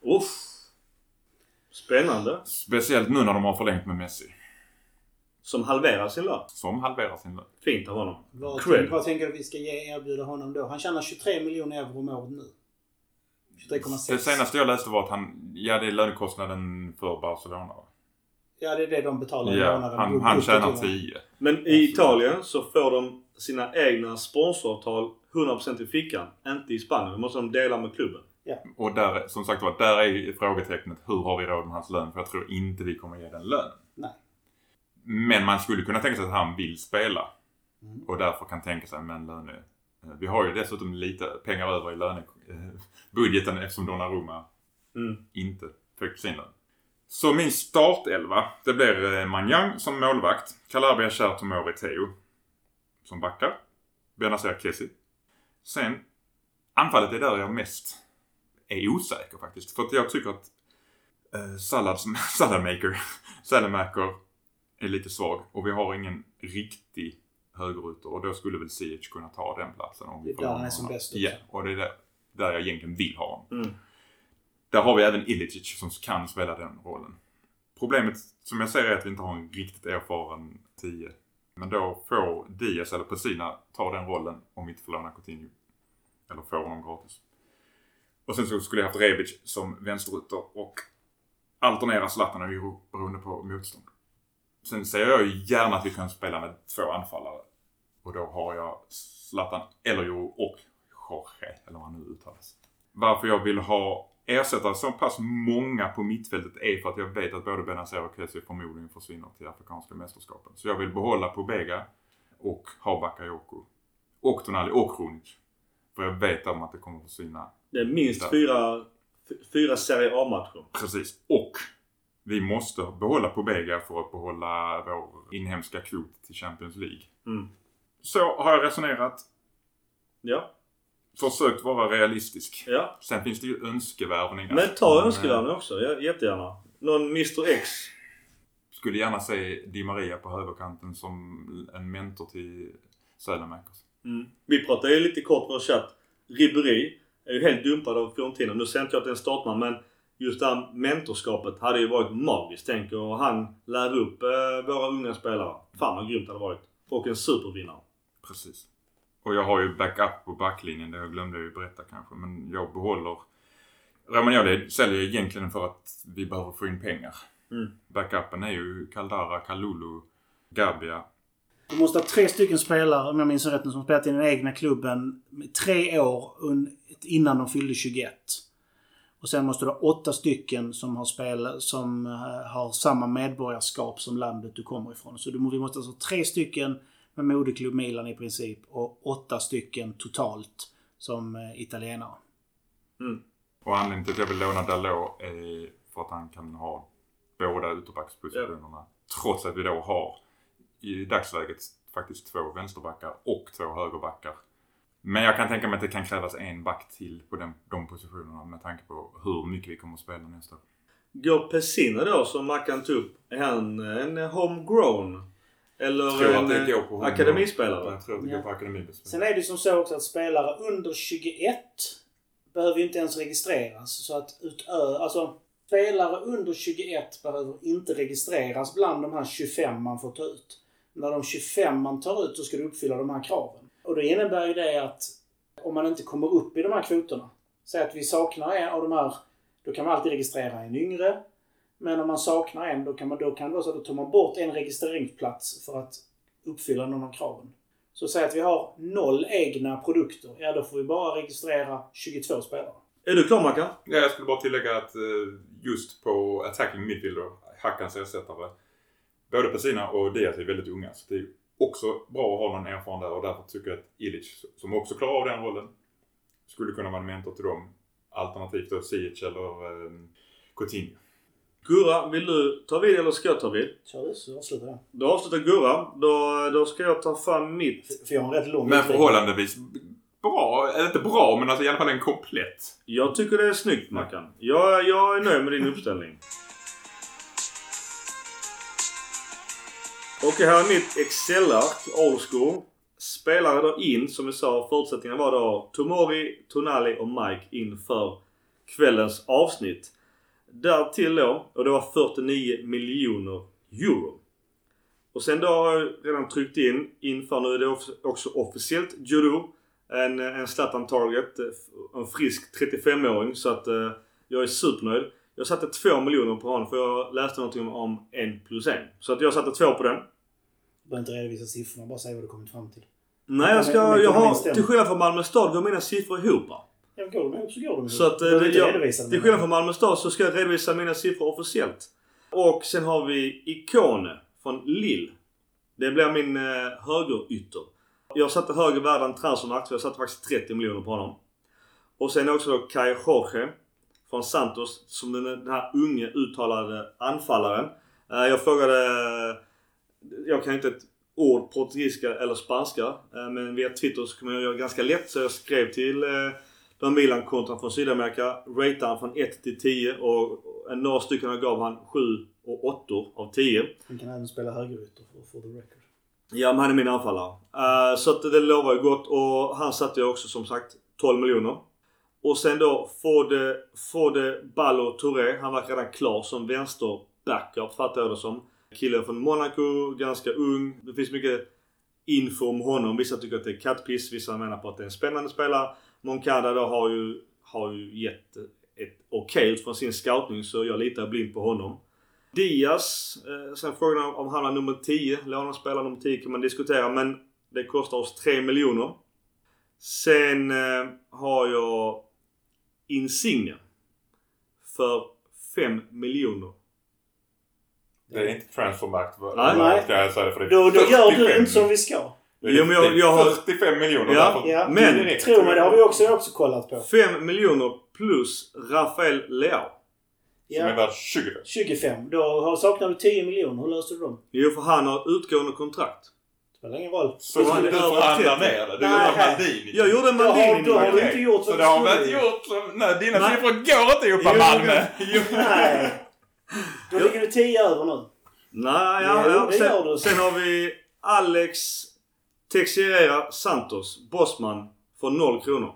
Spännande. Speciellt nu när de har förlängt med Messi. Som halverar sin lön. Fint av honom. Vad tänker du vi ska erbjuda honom då? Han tjänar 23 miljoner euro om året nu. 23,6. Det senaste jag läste var att det är lönekostnaden för Barcelona, va? Ja, det är det de betalar. Ja, han tjänar 10. Men i Italien så får de sina egna sponsoravtal 100% i fickan. Inte i Spanien. Det måste de dela med klubben. Ja. Och där, som sagt var, där är frågetecknet, hur har vi råd med hans lön? För jag tror inte vi kommer ge den lönen. Nej. Men man skulle kunna tänka sig att han vill spela. Och därför kan tänka sig med en löne. Vi har ju dessutom lite pengar över i lönebudgeten eftersom Donnarumma inte fick sin lön. Så min startelva, det blir Magnang som målvakt. Calabria, Kjär, Tomori, Theo som backar. Benazer, Kessi. Sen, anfallet är där jag mest är osäker faktiskt. För att jag tycker att Salamaker är lite svag. Och vi har ingen riktig högerytter. Och då skulle väl Ziyech kunna ta den platsen. Om vi det är där han är som bäst också. Ja, och det är där jag egentligen vill ha honom. Där har vi även Illich som kan spela den rollen. Problemet som jag säger är att vi inte har en riktigt erfaren 10. Men då får Diaz eller Pessina ta den rollen om vi inte får låna Coutinho. Eller får honom gratis. Och sen så skulle jag haft Rebic som vänsterytter och alternera Zlatan och Euro beroende på motstånd. Sen säger jag ju gärna att vi kan spela med 2 anfallare. Och då har jag Zlatan eller Euro och Jorge, eller vad han nu uttalas. Varför jag vill ha ersättare så pass många på mittfältet är för att jag vet att både Benazer och Kessi förmodligen försvinner till afrikanska mästerskapen. Så jag vill behålla Pobega och ha Bakayoko och Tonali och Krunic. För jag vet om att det kommer att försvinna. Det är minst 4 Serie A-matcher. Precis. Och vi måste behålla Pobega för att behålla vår inhemska kvot till Champions League. Så har jag resonerat. Ja. försökt vara realistisk. Ja. Sen finns det ju önskevärvningar. Men ta önskevärvningar också, jättegärna. Någon Mr X. Skulle gärna se Di Maria på högerkanten som en mentor till Sälemakers. Vi pratade ju lite kort på chatt. Ribéry är ju helt dumpad av Fiorentina. Nu säger inte jag att det är en startman, men just det här mentorskapet hade ju varit magiskt, tänker jag. Och han lär upp våra unga spelare. Fan vad grymt det hade varit. Och en supervinnare. Precis. Och jag har ju backup på backlinjen. Det glömde jag ju berätta kanske. Men jag behåller... Romagnoli säljer egentligen för att vi behöver få in pengar. Backupen är ju Caldara, Kalulu, Gabbia. Du måste ha 3 stycken spelare, om jag minns rätt, som spelat i den egna klubben 3 år innan de fyllde 21. Och sen måste du ha 8 stycken som har samma medborgarskap som landet du kommer ifrån. Så vi måste alltså ha 3 stycken med moderklubb Milan i princip och 8 stycken totalt som italienare. Och anledningen till att jag vill låna Dalot är för att han kan ha båda ytterbackspositionerna. Trots att vi då har i dagsläget faktiskt 2 vänsterbackar och 2 högerbackar. Men jag kan tänka mig att det kan krävas en back till på de positionerna med tanke på hur mycket vi kommer att spela nästa år. Går Pessina då, som Mackan tog upp, är han en homegrown? Eller en akademispelare? Jag tror att det går på akademispelare. Sen är det som så också att spelare under 21 behöver ju inte ens registreras. Så att spelare under 21 behöver inte registreras bland de här 25 man får ta ut. När de 25 man tar ut så ska du uppfylla de här kraven. Och det innebär ju det att om man inte kommer upp i de här kvoterna, så att vi saknar en av de här, då kan man alltid registrera en yngre. Men om man saknar en, då tar man bort en registreringsplats för att uppfylla någon av kraven. Så säg att vi har 0 egna produkter, ja då får vi bara registrera 22 spelare. Är du klar, Mackan? Ja, jag skulle bara tillägga att just på attacking midfielder, Hackans ersättare, både Pessina och Diaz är väldigt unga. Så det är också bra att ha någon erfaren där, och därför tycker jag att Ilic, som också klarar av den rollen, skulle kunna vara en mentor till dem. Alternativt då Sijic eller Coutinho. Gurra, vill du ta vid eller ska jag ta vid? Kör du så avslutar jag. Då avslutar Gurra. Då ska jag ta fram mitt. För jag har en rätt lång men förhållandevis bra, eller inte bra, men alltså i alla fall en komplett. Jag tycker det är snyggt, Mackan. Jag är nöjd med din uppställning. Okej, här är mitt Excel-ark, old school. Spelare då in, som vi sa, förutsättningarna var då Tomori, Tonali och Mike inför kvällens avsnitt. Därtill då, och det var 49 miljoner euro. Och sen då har jag redan tryckt in inför, nu är det också officiellt, Giroud, en Zlatan target, en frisk 35-åring, så att jag är supernöjd. Jag satte 2 miljoner på honom för jag läste någonting om 1+1. Så att jag satte 2 på den. Du behöver inte redovisa siffrorna, bara säga vad du kommit fram till. Nej, jag har, till skillnad från Malmö stad, går mina siffror ihop. Ja, går de ihop så går de ihop. Så att till skillnad från Malmö stad så ska jag redovisa mina siffror officiellt. Och sen har vi Ikone från Lille. Det blir min högerytter. Jag satte höger värden transfermarkt, så jag satte faktiskt 30 miljoner på honom. Och sen också då Kai Jorge från Santos, som den här unge uttalade anfallaren. Jag frågade, jag kan inte ett ord portugisiska eller spanska, men via Twitter så kommer jag göra ganska lätt, så jag skrev till de Milan-konton från Sydamerika, rateade han från 1 till 10 och några stycken gav han 7 och 8 av 10. Han kan även spela högerytter för the record. Ja, men han är min anfallare. Så att det lovar ju gott, och han satte ju också som sagt 12 miljoner. Och sen då Fode Ballo Touré, han var redan klar som vänster backup, fattar jag det som. Killen från Monaco, ganska ung. Det finns mycket info om honom. Vissa tycker att det är kattpiss, vissa menar på att det är en spännande spelare. Moncada då har ju gett ett okej ut från sin scouting, så jag litar blind på honom. Diaz, sen frågan om han är nummer 10. Låna spelare nummer 10 kan man diskutera, men det kostar oss 3 miljoner. Sen har jag Insigne för 5 miljoner. Det är inte transfermarkt. Nej. Ska jag säga, för det då gör du inte som vi ska. Jo, men jag har 45 miljoner. Ja, men tror mig, det har vi också kollat på. 5 miljoner plus Rafael Leao. Som är värt 25. 25. Då saknar du 10 miljoner. Hur löser du dem? Jo, för han har utgående kontrakt. Spelar ingen roll. Så du förhandlar ner det. Du gjorde Maldini. Jag gjorde Maldini. Då har du inte gjort så det har väl gjort. Nej, dina siffror går inte ihop med Malmö. Nej. Då ligger du 10 över nu. Nej, sen har vi Alex Teixeira Santos, bossman, för 0 kronor.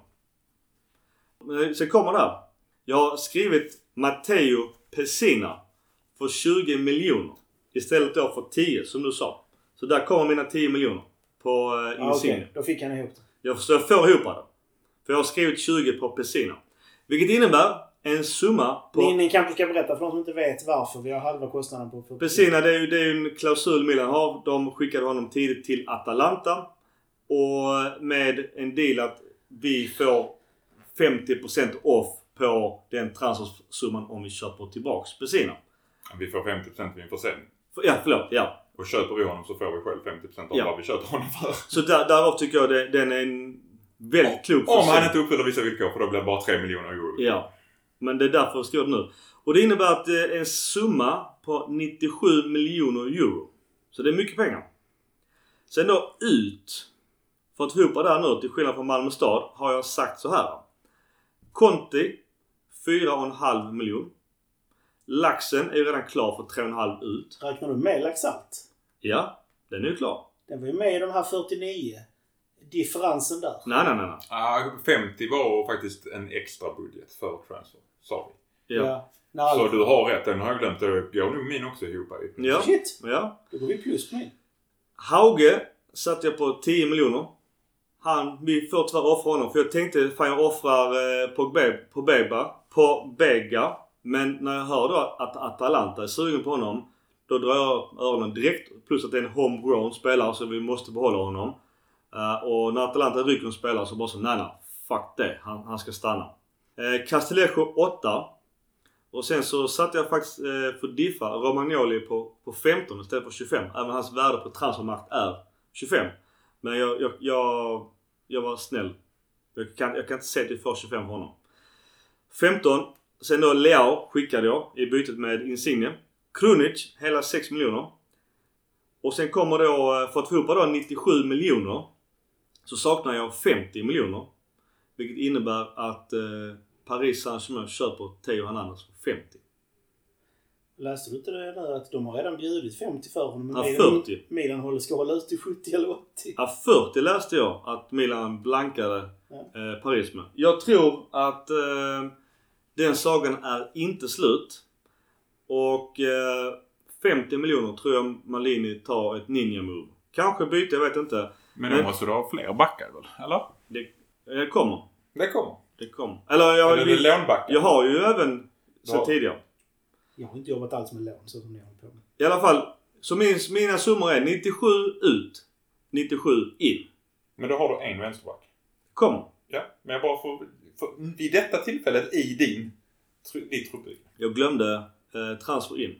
Sen kommer det här. Jag har skrivit Matteo Pessina för 20 miljoner. Istället då för 10 som du sa. Så där kommer mina 10 miljoner på Insigne. Okej, då fick han ihop det. Jag får ihop det. För jag har skrivit 20 på Pessina. Vilket innebär en summa på... Ni kanske ska berätta för de som inte vet varför vi har halva kostnaden på... Pessina, det är ju en klausul Milan har. De skickade honom tidigt till Atalanta. Och med en deal att vi får 50% off på den transfersumman om vi köper tillbaks Pessina. Vi får 50% vid en försäljning. Ja, förlåt. Ja. Och köper vi honom så får vi själv 50% av vad vi köper honom för. Så därav tycker jag den är en väldigt klok försäljning. Om han inte uppfyller vissa villkor, för då blir det bara 3 miljoner euro. Ja. Men det är därför jag skriver det nu. Och det innebär att det är en summa på 97 miljoner euro. Så det är mycket pengar. Sen då ut. För att ihop det här nu, till skillnad från Malmö stad, har jag sagt så här. Conti 4,5 miljoner. Laxen är ju redan klar för 3,5 ut. Räknar du med Laxalt? Ja, den är ju klar. Den var ju med i de här 49. Differensen där. Nej. 50 var faktiskt en extra budget för transfer, sa vi. Ja. Så du har rätt, den har jag glömt. Det går nog min också ihop. Ja. Shit. Ja. Då går vi plus på min. Hauge satte jag på 10 miljoner. Vi får tyvärr offra honom. För jag tänkte fan jag offrar på Bega. Men när jag hör då att Atalanta är sugen på honom. Då drar jag öronen direkt. Plus att det är en homegrown spelare så vi måste behålla honom. Och när Atalanta rycker en spelare så bara så nej, fuck det. Han ska stanna. Castellejo 8. Och sen så satte jag faktiskt för diffa Romagnoli på 15 istället för 25. Även hans värde på transfermarkt är 25. Men jag var snäll. Jag kan inte se att vi får 25 för honom. 15. Sen då Leao skickade jag i bytet med Insigne. Krunic hela 6 miljoner. Och sen kommer då, för att få ihop då 97 miljoner. Så saknar jag 50 miljoner. Vilket innebär att Paris Saint-Germain köper Theo Hernandez för 50. Läste du inte det där att de har redan bjudit 50 för honom? Ja, 40. Milan ska hålla ut till 70 eller 80. Ja, 40 läste jag att Milan blankade Paris med. Jag tror att den sagan är inte slut. Och 50 miljoner tror jag Maldini tar ett ninja-move. Kanske byte, jag vet inte. Men då måste du ha fler backar väl? Eller? Det kommer. Det kommer. Eller det lånbackar? Jag har ju även så tidigare. Jag har inte jobbat alls med lån så som ni har på med. I alla fall, så mina summor är 97 ut, 97 in. Men då har du en vänsterback. Kommer. Ja, men jag bara får vid detta tillfället i ditt truppbygge. Jag glömde transfer in.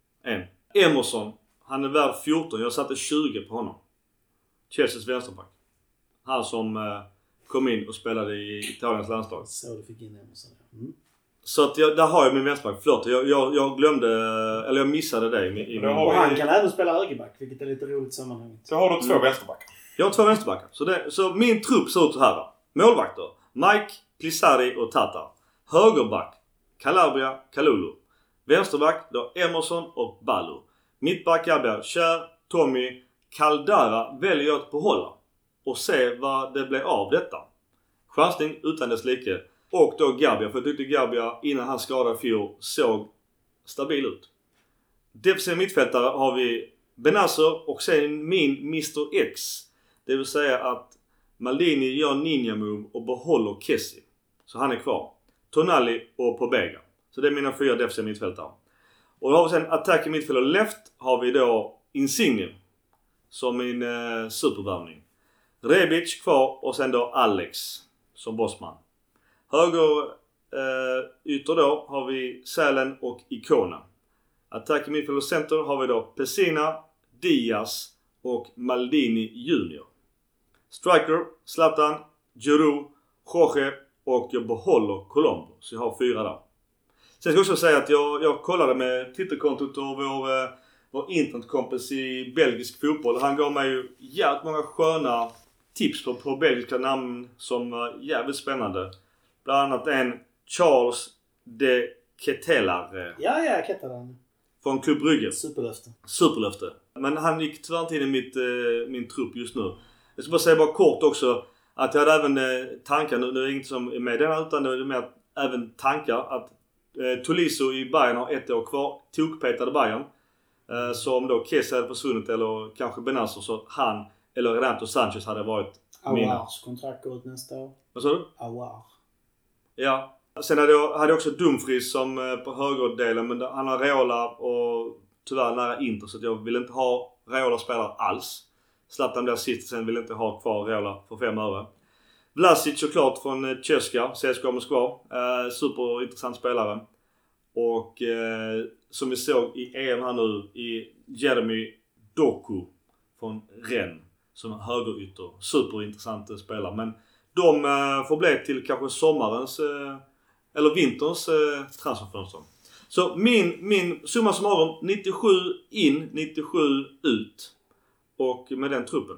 Emerson, han är värd 14. Jag satte 20 på honom. Chelseas vänsterback. Han som kom in och spelade i Italiens landslag. Så du fick in Emerson. Mm. Så att där har jag min vänsterback. Förlåt, jag glömde, eller jag missade det. Och han kan även spela högerback, vilket är lite roligt i sammanhanget. Så har du 2 vänsterbackar. Jag har 2 vänsterbackar. Så min trupp ser ut så här. Målvakter: Mike, Plissari och Tata. Högerback: Calabria, Kalulu. Vänsterback då Emerson och Ballo. Mittbackar blir Kjär, Tommy. Caldara väljer jag att behålla. Och se vad det blir av detta. Chansning utan dess like. Och då Gabbia. För jag tyckte Gabbia innan han skadade fjol såg stabil ut. Defensiv mittfältare har vi Benazzo och sen min Mr. X. Det vill säga att Maldini gör ninja move och behåller Kessie. Så han är kvar. Tonali och Pobega. Så det är mina 4 defensiva mittfältare. Och då har vi sen attack i mittfält och left har vi då Insigne. Som min supervärvning. Rebic kvar och sen då Alex som bossman. Höger ytter då har vi Sälen och Icona. Attack i mittfält och center har vi då Pessina, Diaz och Maldini Junior. Striker, Zlatan, Giroud, Jorge och jag behåller Colombo. Så jag har 4 där. Sen ska jag också säga att jag kollade med Twitterkontot och vår vår internetkompis i belgisk fotboll. Han gav mig ju jävligt många sköna tips på belgiska namn som var jävligt spännande. Bland annat en Charles de Ketelaere. Ja, Ketelaere. Från Club Brugge. Superlöfte. Men han gick tyvärr inte in i min trupp just nu. Jag ska bara säga kort också att jag hade även tankar, nu är det inget som är med den utan det är mer även tankar att Tolisso i Bayern har 1 år kvar. Tokpetade Bayern. Så om då Kesa hade försvunnit eller kanske Benazzo så han eller Renato Sanchez hade varit mina. Awars kontrakt går ut nästa år. Vad sa du? Awar. Ja. Sen hade jag också Dumfries som på högerdelen men han har Reola och tyvärr nära Inter så att jag vill inte ha Reola spelare alls. Zlatan där sist sen vill inte ha kvar Reola för 5 öre. Vlasic såklart från Česka, CSKA Moskva. Superintressant spelare. Och som vi såg i EM här nu i Jeremy Doku från Rennes som högerytter. Superintressant spelare. Men de får bli till kanske sommarens eller vinterns transferfönster. Så min summa summarum 97 in, 97 ut. Och med den truppen.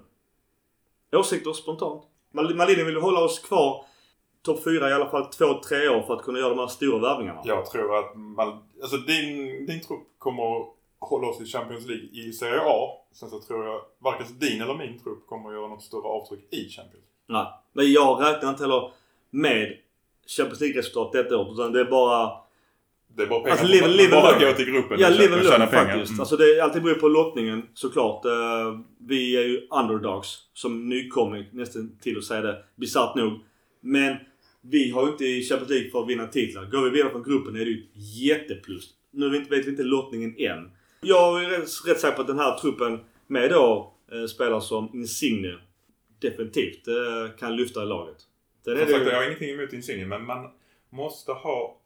Åsikter spontant. Malin vill hålla oss kvar topp 4 i alla fall 2-3 år för att kunna göra de här stora värvningarna. Jag tror att alltså din trupp kommer hålla oss i Champions League i Serie A. Sen så tror jag varken din eller min trupp kommer göra något större avtryck i Champions League. Nej, men jag räknar inte heller med Champions League-resultat detta år. Utan det är bara pengar. Alltså, bara gå till gruppen och tjäna pengar. Faktiskt. Alltså det är alltid beror på lottningen såklart. Vi är ju underdogs som nykomling nästan till att säga det. Bisarrt nog. Men vi har ju inte i Champions League för att vinna titlar. Går vi vidare från gruppen är det ju jätteplus. Nu vet vi inte lottningen än. Jag är rätt säker på att den här truppen med då spelar som Insigne definitivt kan lyfta i laget. Jag har ingenting emot Insigne men man måste ha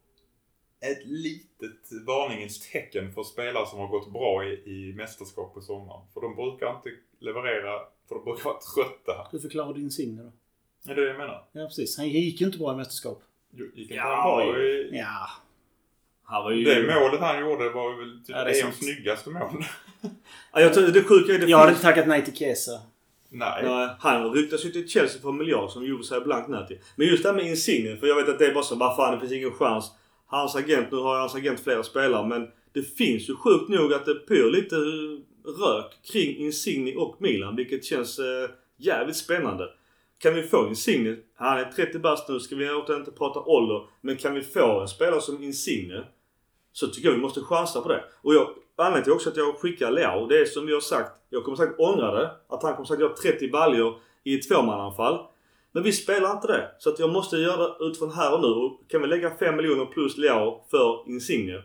ett litet varningens tecken för spelare som har gått bra i mästerskap på sommaren. För de brukar inte leverera, för de brukar vara trötta. Hur förklarar du Insigne då? Är det jag menar? Ja, precis. Han gick ju inte bra i mästerskap. Gick inte bra i... Ja. Han var ju... Det målet han gjorde var väl typ EM:s snyggaste mål. Ja, jag tror det sjuka är det. Jag hade inte tackat nej till Kesa. Nej. Han ryktas ju till Chelsea för 1 miljard som gjorde sig blankt nej till. Men just det här med Insigne, för jag vet att det är bara så, vad fan, det finns ingen chans. Nu har hans agent flera spelare, men det finns ju sjukt nog att det pyr lite rök kring Insigne och Milan, vilket känns jävligt spännande. Kan vi få Insigne, han är 30 bast nu, ska vi inte prata ålder, men kan vi få en spelare som Insigne så tycker jag vi måste chansa på det. Och anledningen till också att jag skickar Leao, det är som vi har sagt, jag kommer säkert ångra det, att han kommer säkert göra 30 baljor i ett 2-mananfall. Men vi spelar inte det. Så att jag måste göra det utifrån här och nu. Och kan vi lägga 5 miljoner plus Leao för Insigne?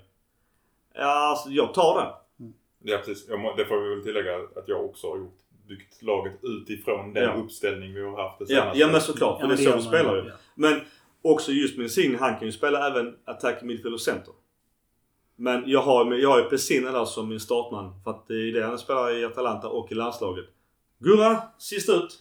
Ja, alltså jag tar det. Ja, precis. Det får vi väl tillägga att jag också har byggt laget utifrån den uppställning vi har haft det senaste. Ja, men såklart. För det är så vi spelar ju. Ja. Men också just med Insigne, han kan ju spela även attack, midfield och center. Men jag har ju Pessina där som min startman. För att det är det han spelar i Atalanta och i landslaget. Gurra, sist ut.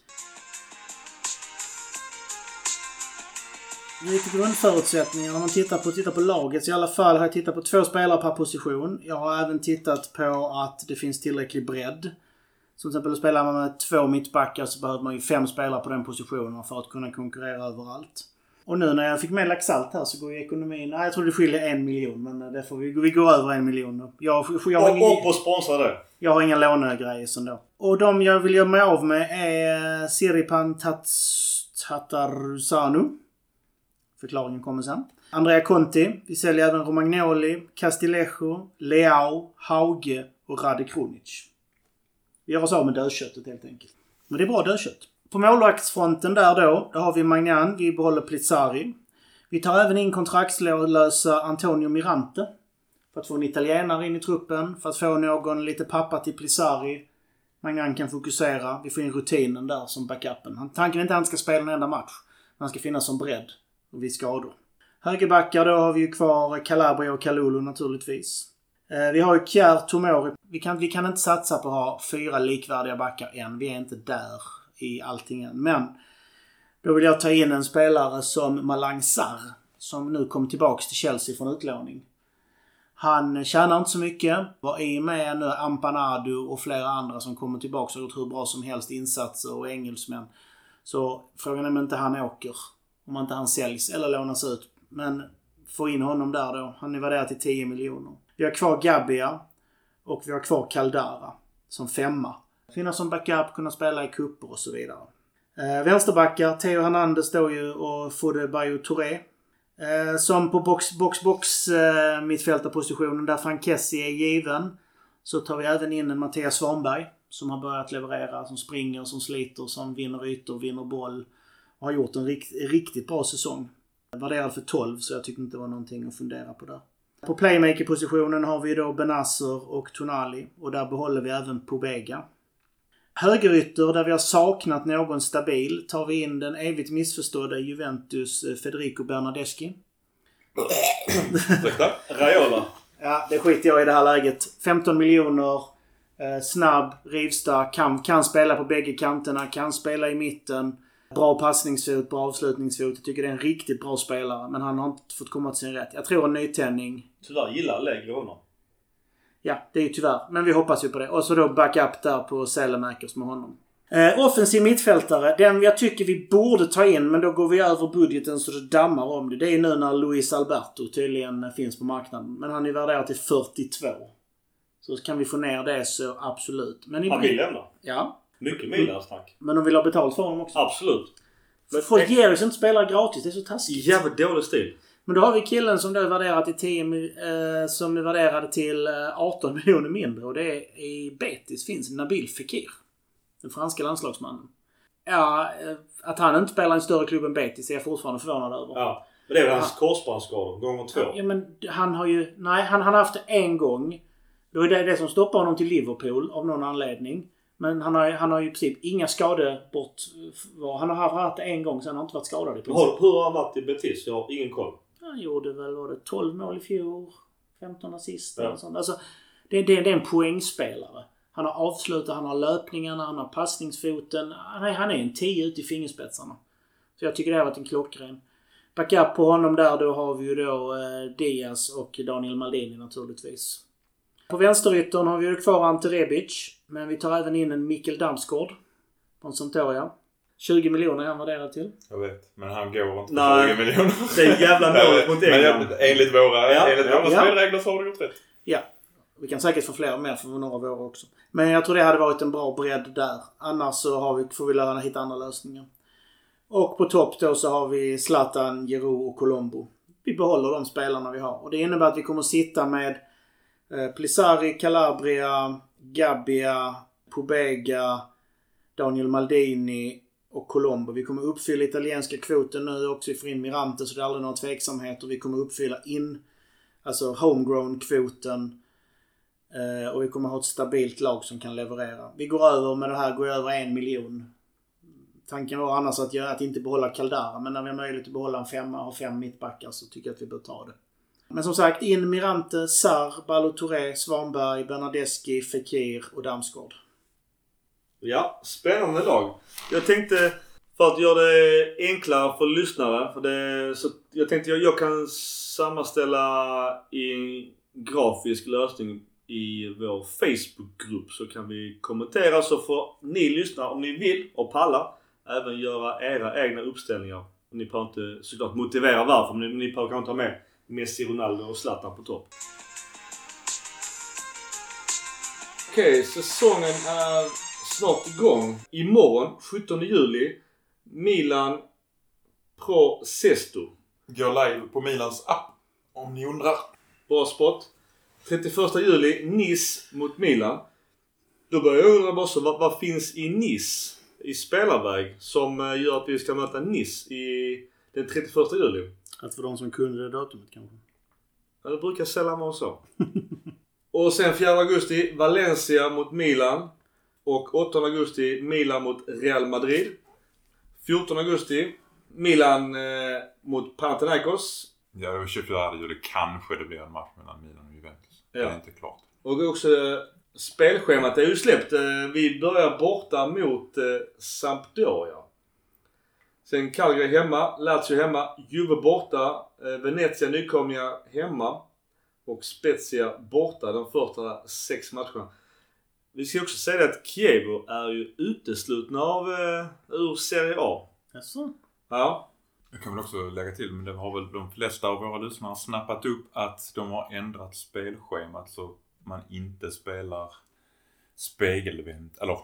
Lite grundförutsättningar. Om man tittar på laget, så i alla fall har jag tittat på 2 spelare per position. Jag har även tittat på att det finns tillräcklig bredd. Som till exempel spelar man med 2 mittbackar så behöver man ju 5 spelare på den positionen för att kunna konkurrera överallt. Och nu när jag fick med Laxalt här så går ju ekonomin... Nej, jag tror det skiljer 1 miljon, men det får vi går över 1 miljon nu. Jag och sponsra det. Jag har inga lånegrejer som då. Och de jag vill göra mig av med är Siripan Tatarusanu. Förklaringen kommer sen. Andrea Conti. Vi säljer även Romagnoli, Castillejo, Leao, Hauge och Rade Krunic. Vi gör oss av med dödköttet helt enkelt. Men det är bra dödkött. På målvaktsfronten där då har vi Magnan. Vi behåller Plizzari. Vi tar även in kontraktslösa Antonio Mirante. För att få en italienare in i truppen. För att få någon lite pappa till Plizzari. Magnan kan fokusera. Vi får in rutinen där som backupen. Tanken är inte att han ska spela en enda match. Han ska finnas som bredd. Och vid skador. Högerbackar då har vi ju kvar Calabria och Kalulu naturligtvis. Vi har ju Kjär Tomori. Vi kan inte satsa på att ha 4 likvärdiga backar än. Vi är inte där i allting än. Men då vill jag ta in en spelare som Malang Sarr. Som nu kom tillbaks till Chelsea från utlåning. Han tjänar inte så mycket. Var i med nu Ampanado och flera andra som kommer tillbaka och har gjort hur bra som helst insatser och engelsmän. Så frågan är om inte han åker. Om inte han säljs eller lånas ut. Men få in honom där då. Han är värderad till 10 miljoner. Vi har kvar Gabbia. Och vi har kvar Caldara. Som 5. Finnas som backup, kunna spela i kupper och så vidare. Vänsterbackar. Theo Hernandez står ju och Fode Bayo Touré. Som på box mittfältarpositionen där Frank Kessie är given. Så tar vi även in en Mattias Svanberg. Som har börjat leverera. Som springer, som sliter, som vinner ytor, vinner boll. Och har gjort en riktigt bra säsong. Värderad för 12 så jag tyckte inte det var någonting att fundera på där. På playmaker-positionen har vi då Benasser och Tonali. Och där behåller vi även Pobega. Högerytter där vi har saknat någon stabil tar vi in den evigt missförstådda Juventus Federico Bernardeschi. Raiola. Ja, det skiter jag i det här läget. 15 miljoner, snabb, rivstark, kan spela på bägge kanterna, kan spela i mitten. Bra passningsfot, bra avslutningsfot. Jag tycker det är en riktigt bra spelare. Men han har inte fått komma till sin rätt. Jag tror en nytändning. Tyvärr gillar lägre honom. Ja, det är ju tyvärr. Men vi hoppas ju på det. Och så då backup där på Sälemäkers med honom. Offensiv mittfältare. Den jag tycker vi borde ta in. Men då går vi över budgeten så det dammar om det. Det är nu när Luis Alberto tydligen finns på marknaden. Men han är värderad till 42. Så kan vi få ner det så absolut. Men han vill lämna. Ja. Mycket Milans tack. Men de vill ha betalt för honom också. Absolut. Folk ger ju inte spelare gratis. Det är så taskigt. Jävligt dålig stil. Men då har vi killen som då är värderad till 10 som är värderad till 18 miljoner mindre. Och det är i Betis finns Nabil Fekir. Den franska landslagsmannen. Ja, att han inte spelar i en större klubb än Betis är jag fortfarande förvånad över. Ja, men det är väl hans korsbandsskador gånger 2. Ja, men han har ju... Nej, han har haft det en gång. Då är det som stoppar honom till Liverpool av någon anledning. Men han har ju i princip inga skador bort. Han har haft det en gång, sen har han inte varit skadad i princip. Hur har han varit i Betis? Jag har ingen koll. Han gjorde väl 12 mål i fjol. 15 assist och sånt. Alltså, det är en poängspelare. Han har avslutat, han har löpningarna, han har passningsfoten. Han är en 10 ut i fingerspetsarna. Så jag tycker det har varit en klockren. Backup på honom där då har vi ju då Diaz och Daniel Maldini naturligtvis. På vänsteryttern har vi ju kvar Ante Rebic. Men vi tar även in en Mikkel Damsgaard från Sampdoria. 20 miljoner är han värderad till. Jag vet, men han går inte på 20 miljoner. Det är jävla målet mot England. Men enligt våra spelregler så har du gjort rätt. Ja, vi kan säkert få fler mer för några av våra också. Men jag tror det hade varit en bra bredd där. Annars så får vi lära hitta andra lösningar. Och på topp då så har vi Zlatan, Giroud och Colombo. Vi behåller de spelarna vi har. Och det innebär att vi kommer sitta med Plisari, Calabria, Gabbia, Pobega, Daniel Maldini och Colombo. Vi kommer uppfylla italienska kvoten nu också. Vi får in Mirante så det är aldrig några tveksamheter. Vi kommer uppfylla homegrown-kvoten. Och vi kommer ha ett stabilt lag som kan leverera. Vi går över 1 miljon. Tanken var annars att inte behålla Caldara. Men när vi har möjlighet att behålla en 5 och 5 mittbackar så tycker jag att vi bör ta det. Men som sagt, in Mirante, Sarr, Ballo Touré, Svanberg, Bernardeschi, Fekir och Damsgaard. Ja, spännande lag. Jag tänkte, för att göra det enklare för lyssnare, så jag tänkte jag kan sammanställa i en grafisk lösning i vår Facebookgrupp, så kan vi kommentera, så får ni lyssna om ni vill och pallar även göra era egna uppställningar. Ni behöver inte såklart motivera varför, men ni behöver kanske ta med Messi, Ronaldo och Zlatan på topp. Okej, säsongen är snart igång. Imorgon, 17 juli, Milan Pro Sesto. Går live på Milans app, om ni undrar. Bra spot. 31 juli, Nice mot Milan. Då börjar jag undra bara så, vad finns i Nice i spelarväg som gör att vi ska möta Nice i den 31 juli? Att för de som kunde det datumet kanske. Ja, det brukar sällan vara så. Och sen 4 augusti, Valencia mot Milan. Och 8 augusti, Milan mot Real Madrid. 14 augusti, Milan mot Panathinaikos. Ja, 24 juli kanske det blir en match mellan Milan och Juventus. Det är inte klart. Och också spelschemat är ju släppt. Vi börjar borta mot Sampdoria. Sen Cagliari hemma, Lazio hemma, Juve borta, Venezia nykomlingar hemma. och Spezia borta de första 6 matcherna. Vi ska också säga att Chievo är ju uteslutna ur Serie A. Jaså? Ja. Jag kan väl också lägga till, men det har väl de flesta av våra lyssnare snappat upp att de har ändrat spelschemat så man inte spelar spegelvänt. Eller...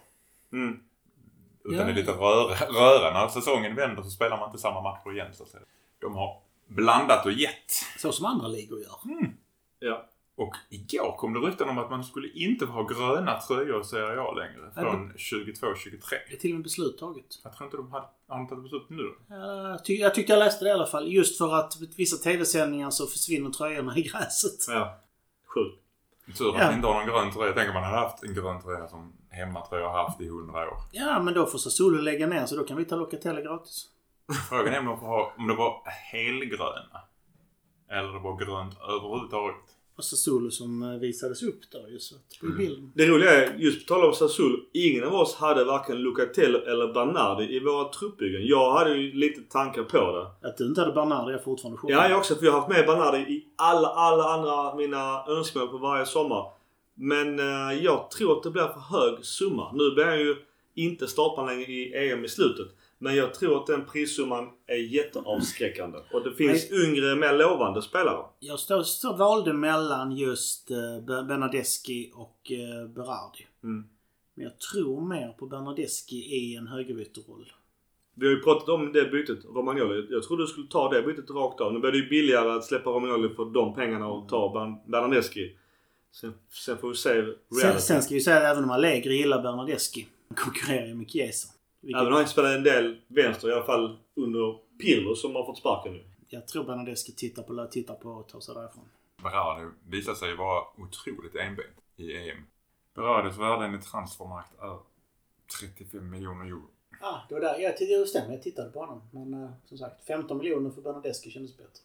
Utan det är lite röra. När säsongen vänder så spelar man inte samma matcher igen. Så att säga. De har blandat och gett. Så som andra ligor gör. Ja. Och igår kom det rykten om att man skulle inte ha gröna tröjor i Serie A längre. Från 22-23. Det är till och med beslut taget. Jag tror inte de har tagit beslut nu. Jag tyckte jag läste det i alla fall. Just för att vissa tv-sändningar så försvinner tröjorna i gräset. Ja. Sjukt. Tur att inte har någon grön tröja. Jag tänker man hade haft en grön tröja som hemmatröja har haft i 100 år. Ja, men då får Sassuolo lägga ner så då kan vi ta Locatelli gratis. Frågan är om det var helgröna. Eller det var grönt överhuvudtaget. Och Sassuolo som visades upp där just på bilden. Det roliga är, just på tal om Sassuolo, ingen av oss hade varken Locatelli eller Bernardi i våra truppbyggen. Jag hade ju lite tankar på det. Att du inte hade Bernardi är fortfarande chockad. Ja, jag också. För jag har haft med Bernardi i alla andra mina önskemål på varje sommar. Men jag tror att det blir för hög summa. Nu blir jag ju inte startman längre i EM i slutet. Men jag tror att den prissumman är jätteavskräckande. Och det finns yngre, mer lovande spelare. Jag valde mellan just Bernardeschi och Berardi. Men jag tror mer på Bernardeschi i en högerytterroll. Vi har ju pratat om det bytet, Romagnoli. Jag trodde du skulle ta det bytet rakt av. Nu blir det ju billigare att släppa Romagnoli för de pengarna och ta Bernardeschi. Sen får vi se sen ska vi säga att även om Allegri gillar Bernardeschi, konkurrerar ju med Chiesa. Även om han spelar en del vänster, i alla fall under Pirlo som har fått sparken nu. Jag tror Bernardeschi tittar på att ta sig därifrån. Berardi visar sig vara otroligt enbent i EM. Berardis värden i transfermarkt är 35 miljoner euro. Det var där. Jag stämmer, jag tittade på honom. Men som sagt, 15 miljoner för Bernardeschi kändes bättre.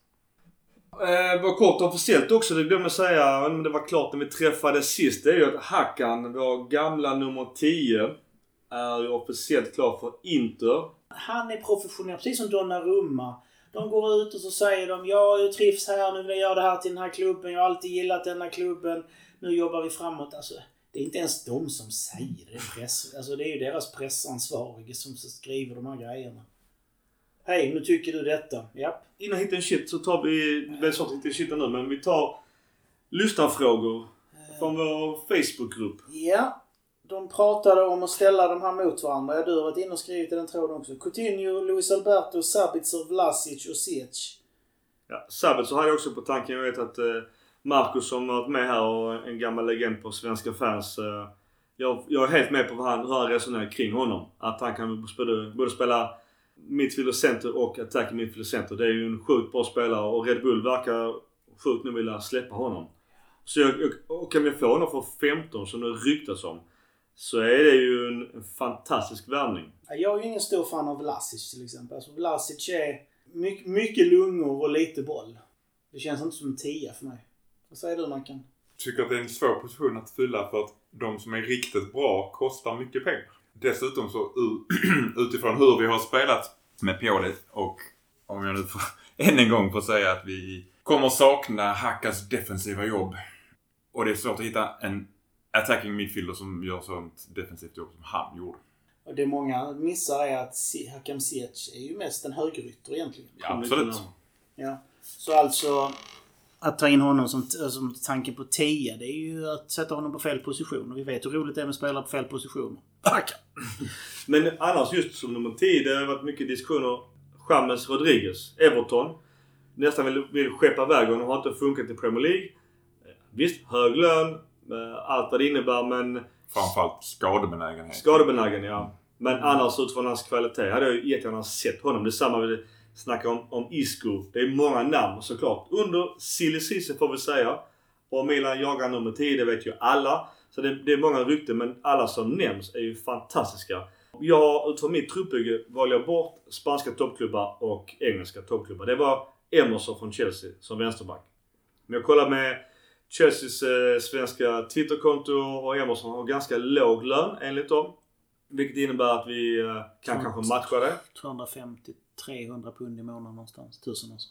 Var kort officiellt också, det glömde jag säga, men det var klart när vi träffades sist. Det är ju att Hakan, vår gamla nummer 10, är ju officiellt klar för Inter. Han är professionell, precis som Donnarumma. De går ut och så säger de, jag trivs här, nu vill jag göra det här till den här klubben, jag har alltid gillat den här klubben, nu jobbar vi framåt. Alltså, det är inte ens de som säger det. Det är ju deras pressansvarige som skriver de här grejerna. Hej, nu tycker du detta. Japp. Innan hittar en shit så tar vi, det är svårt att hitta en shit nu, men vi tar lyssnarfrågor från vår Facebookgrupp. Ja. De pratade om att ställa de här mot varandra. Du har varit inne och skrivit i den tråden också. Coutinho, Luis Alberto, Sabitzer, Vlasic och Ziyech. Ja, Sabitzer hade jag också på tanken. Jag vet att Marcus som har varit med här och en gammal legend på svenska fans. Jag är helt med på hur han resonerar kring honom. Att han kan både spela midfield och center och attack i midfield och center. Det är ju en sjukt bra spelare och Red Bull verkar sjukt nu vilja släppa honom. Så kan vi få honom för 15 som det ryktas om. Så är det ju en fantastisk värvning. Jag är ju ingen stor fan av Vlasic till exempel. Alltså Vlasic är mycket lungor och lite boll. Det känns inte som en 10 för mig. Vad säger du, Mackan? Jag tycker att det är en svår position att fylla för att de som är riktigt bra kostar mycket pengar. Dessutom så utifrån hur vi har spelat med Pioli och om jag nu får än en gång får säga att vi kommer sakna Hakas defensiva jobb. Och det är svårt att hitta en attacking midfielder som gör sånt defensivt jobb som han gjorde. Och det många missar är att Hakan Ziyech är ju mest en högerytter egentligen. Ja, absolut. Ja. Så alltså att ta in honom som tanken på 10, det är ju att sätta honom på fel position. Och vi vet hur roligt det är med spelare på fel position. Men annars just som nummer 10, det har varit mycket diskussioner. James Rodriguez, Everton. Nästan vill skeppa iväg och har inte funkat i Premier League. Visst, hög lön. Allt vad det innebär, men... Framförallt skadebenägenhet. Skadebenägen, ja. Men annars utifrån hans kvalitet hade jag ju jättegärna sett honom. Det är samma vi snackar om Isco. Det är många namn såklart. Under Silly Cisse får vi säga. Och Milan jagar nummer 10, det vet ju alla. Så det är många rykten, men alla som nämns är ju fantastiska. Jag, utifrån mitt truppbygge, valde jag bort spanska toppklubbar och engelska toppklubbar. Det var Emerson från Chelsea som vänsterback. Men jag kollade med Chelseas svenska Twitterkonto och Emerson har ganska låg lön enligt dem. Vilket innebär att vi kan kanske matcha det. 250-300 pund i månaden någonstans. 1000 alltså.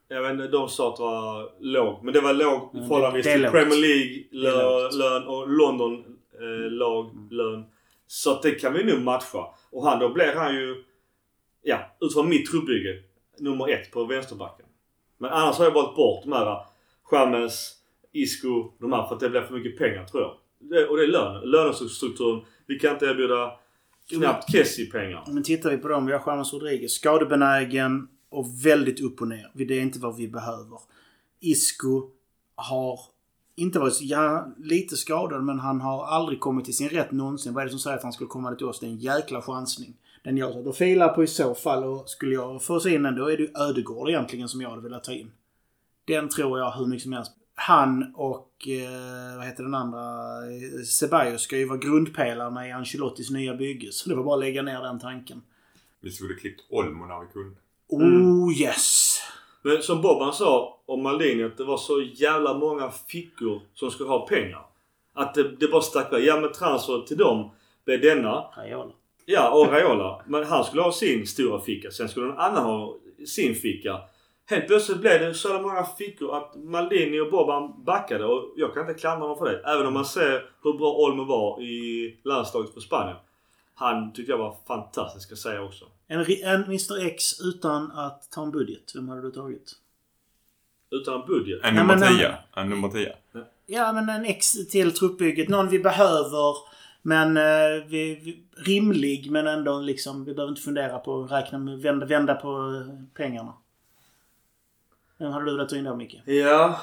Jag vet inte, de sa att det var låg. Men det var låg i förhållande till lågt. Premier League-lön och London-lön. Så att det kan vi nu matcha. Och då blir han ju, utifrån mitt truppbygge, nummer 1 på vänsterbacken. Men annars har jag valt bort de här James, Isco, de här, för att det blir för mycket pengar, tror jag. Och det är lönestrukturen. Vi kan inte erbjuda knappt Kessie pengar. Men tittar vi på dem, vi har James Rodriguez, skadebenägen och väldigt upp och ner. Det är inte vad vi behöver. Isco har inte varit lite skadad, men han har aldrig kommit till sin rätt någonsin. Vad är det som säger att han skulle komma till oss? Det är en jäkla chansning. Den jag då filar på i så fall, och skulle jag få se in den, då är det ju Ödegård egentligen som jag hade velat ta in. Den tror jag hur mycket som helst. Han och vad heter den andra, Ceballos ska ju vara grundpelarna i Ancelottis nya bygge. Så det var bara att lägga ner den tanken. Vi skulle klippt Olmo när vi kunde. Yes! Men som Bobban sa om Maldini, att det var så jävla många fickor som skulle ha pengar. Att det bara stack där. Ja, med transfer till dem blev denna. Raiola. Ja, och Raiola. Men han skulle ha sin stora ficka. Sen skulle någon annan ha sin ficka. Helt plötsligt blev det så många fickor att Maldini och Bobban backade. Och jag kan inte klandra dem för det. Även om man ser hur bra Olmo var i landslaget på Spanien. Han tyckte jag var fantastisk, att säga också. En Mr X utan att ta en budget. Vem hade du tagit? Utan en budget? En nummer 10. Ja, men en X till truppbygget. Någon vi behöver, men rimlig, men ändå liksom, vi behöver inte fundera på att räkna med, vända på pengarna. Vem hade du velat ta in där, Micke? Ja.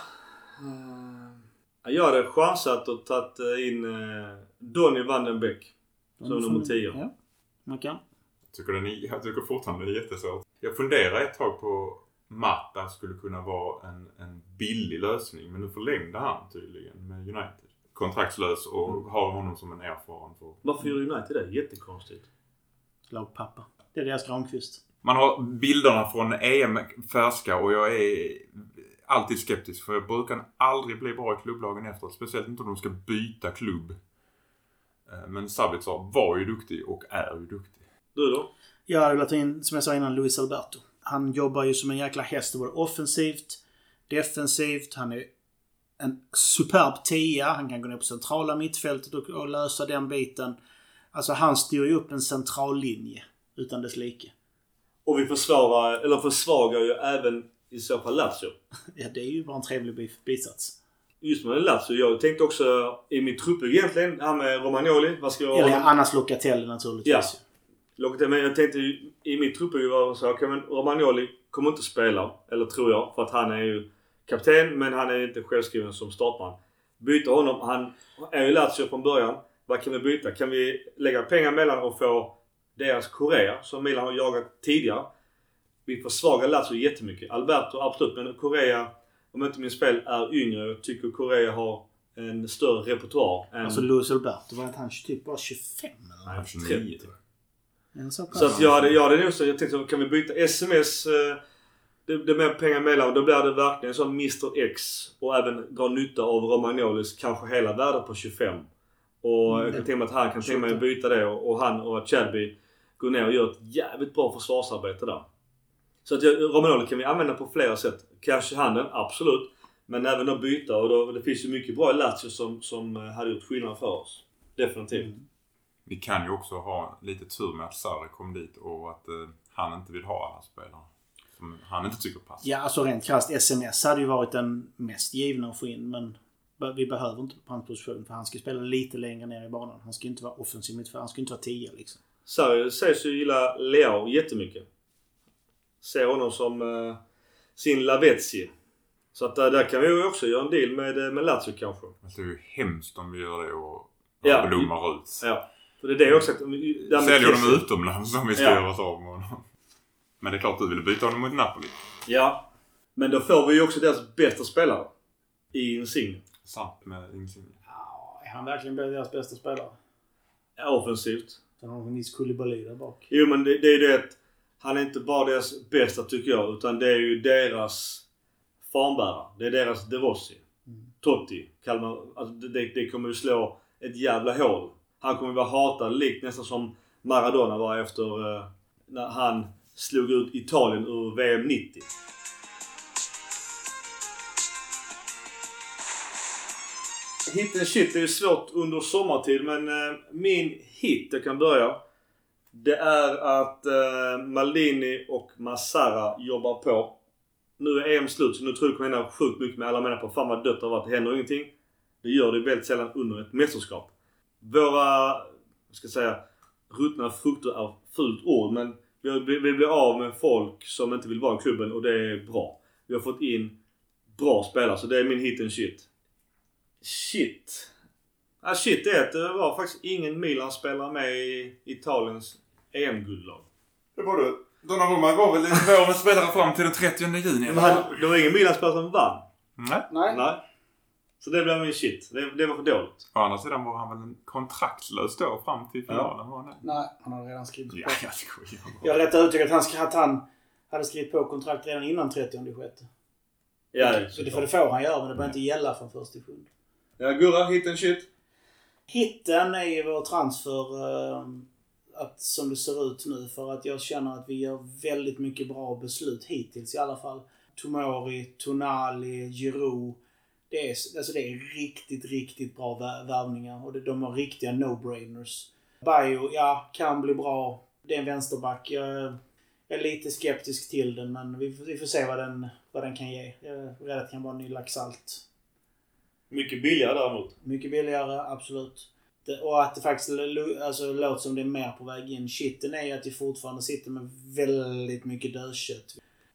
Jag hade chansat att ta in Donny van den Beek som nummer 10. Ja, man kan. Jag tycker fortfarande det är jättesvårt. Jag funderar ett tag på Matta skulle kunna vara en billig lösning. Men nu förlängde han tydligen med United. Kontraktslös och har honom som en erfaren för. Varför gör United det? Jättekonstigt. Lagpappa. Det är deras Granqvist. Man har bilderna från EM färska och jag är alltid skeptisk. För jag brukar aldrig bli bra i klubblagen efteråt. Speciellt inte om de ska byta klubb. Men Sabitzer var ju duktig och är ju duktig. Du då? Jag hade velat ta in, som jag sa innan, Luis Alberto. Han jobbar ju som en jäkla häst. Både offensivt, defensivt. Han är en superb 10. Han kan gå ner på centrala mittfältet och lösa den biten. Alltså han styr ju upp en central linje utan dess like. Och vi försvagar ju även i så fall Lazio. Ja, det är ju bara en trevlig bisats. Just med Lazio. Jag tänkte också i mitt truppbygge egentligen, här med Romagnoli. Vad ska jag... Eller annars Locatelli naturligtvis. Ja. Men jag tänkte i mitt truppbygge var så här, men Romagnoli kommer inte spela. Eller tror jag. För att han är ju kapten, men han är inte självskriven som startman. Byta honom. Han är ju Lazio från början. Vad kan vi byta? Kan vi lägga pengar mellan och få deras Correa som Milan har jagat tidigare? Vi försvagar Lazio jättemycket. Alberto absolut, men Correa, om inte min spel är yngre, jag tycker Correa har en större repertoar än... Alltså Luis Alberto, var inte han typ bara 25 eller? Nej, 29. Så att jag tänkte, kan vi byta SMS, det är mer pengar mellan, då blir det verkligen som Mr X och även dra nytta av Romagnolis kanske hela värdet på 25. Och jag kan tänka mig att han kan tänka mig att byta det och han och Chadby går ner och gör ett jävligt bra försvarsarbete där. Så att Romagnoli kan vi använda på flera sätt. Cash i handen, absolut. Men även att byta, och då, det finns ju mycket bra i Lazio som hade gjort skillnad för oss. Definitivt. Vi kan ju också ha lite tur med att Sarri kom dit och att han inte vill ha alla spelare som han inte tycker passar. Ja, alltså rent krasst SMS hade ju varit den mest givna att få in, men vi behöver inte på hans position, för han ska spela lite längre ner i banan. Han ska inte vara offensiv mittfältare, han ska inte vara 10 liksom. Sarri sägs ju gilla Leao jättemycket. Ser honom som sin Lavezzi. Så att där kan vi ju också göra en deal med Lazio kanske. Det är ju hemskt om vi gör det och blommar ut. Ja. För det är det också. Säljer de utomlands som vi ska göra oss av med honom. Men det är klart du vill byta honom mot Napoli. Ja. Men då får vi ju också deras bästa spelare. I Insigne. Sant med Insigne. Ja, är han verkligen deras bästa spelare? Ja, offensivt. Sen har de viss Koulibaly där bak. Jo, men det är ju det att han är inte bara deras bästa tycker jag. Utan det är ju deras fanbärare. Det är deras De Rossi. Totti. Kalmar, alltså det kommer ju slå ett jävla hål. Han kommer vara hatad likt nästan som Maradona var efter när han slog ut Italien ur VM 90. hit and shit är ju svårt under sommartid, men min hit, jag kan börja. Det är att Maldini och Massara jobbar på. Nu är EM slut, så nu tror jag det kommer hända sjukt mycket med alla människor på. Fan vad dött av att det händer ingenting. Det gör det väldigt sällan under ett mästerskap. Våra, ska jag säga, ruttna frukter är fult ord, men vi blir av med folk som inte vill vara i klubben, och det är bra. Vi har fått in bra spelare, så det är min hit and shit. Shit är att det var faktiskt ingen Milan-spelare med i Italiens EM-guldlag. Det var det. Donnarumma var väl vårens spelare fram till den 30 juni? Det var ingen Milan-spelare som vann. Nej. Så det blev min shit. Det var för dåligt. Å andra sidan var han väl en kontraktslös då fram till finalen. Ja. Nej, han har redan skrivit på. Ja, jag skojar. Jag är rätt övertygad att han hade skrivit på kontrakt redan innan 30/6. Ja, så det får han göra, men det behöver inte gälla från 1/7. Ja, Gurra, hit and shit. Hitten är ju vår transfer att, som det ser ut nu, för att jag känner att vi gör väldigt mycket bra beslut hittills i alla fall. Tomori, Tonali, Giroud. Det är riktigt bra värvningar, och de har riktiga no-brainers. Bayo, kan bli bra. Det är en vänsterback. Jag är lite skeptisk till den, men vi får se vad den kan ge. Jag är rädd att det kan vara en ny Laxalt. Mycket billigare däremot. Mycket billigare, absolut. Och att det faktiskt låter som det är mer på väg in. Shitten är ju att vi fortfarande sitter med väldigt mycket dödkött.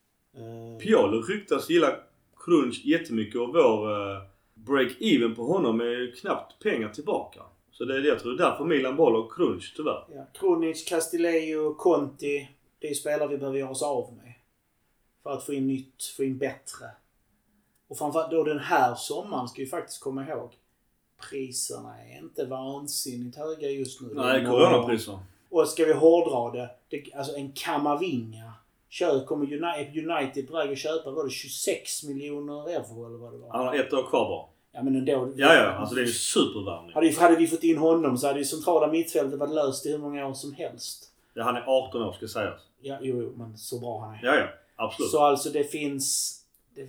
Piolo ryktas gilla Krunic jättemycket, och vår break-even på honom är knappt pengar tillbaka. Så det är det jag tror. Därför Milan bollar Krunic tyvärr. Ja, Krunic, Castillejo, Conti. Det är spelare vi behöver göra oss av med. För att få in nytt, få in bättre. Och framförallt då den här sommaren ska vi faktiskt komma ihåg. Priserna är inte vansinnigt höga just nu. Nej, coronapriser. Och ska vi hårdra det alltså en Kamavinga kommer United på väg att köpa, var det 26 miljoner euro eller vad det var? Han har 1 år kvar bara. Ja, men ändå. Ja, alltså det är ju supervärvning. Hade vi fått in honom så hade ju centrala mittfältet varit löst i hur många år som helst. Ja, han är 18 år ska sägas. Ja, jo, men så bra han är. Ja, absolut. Så alltså det finns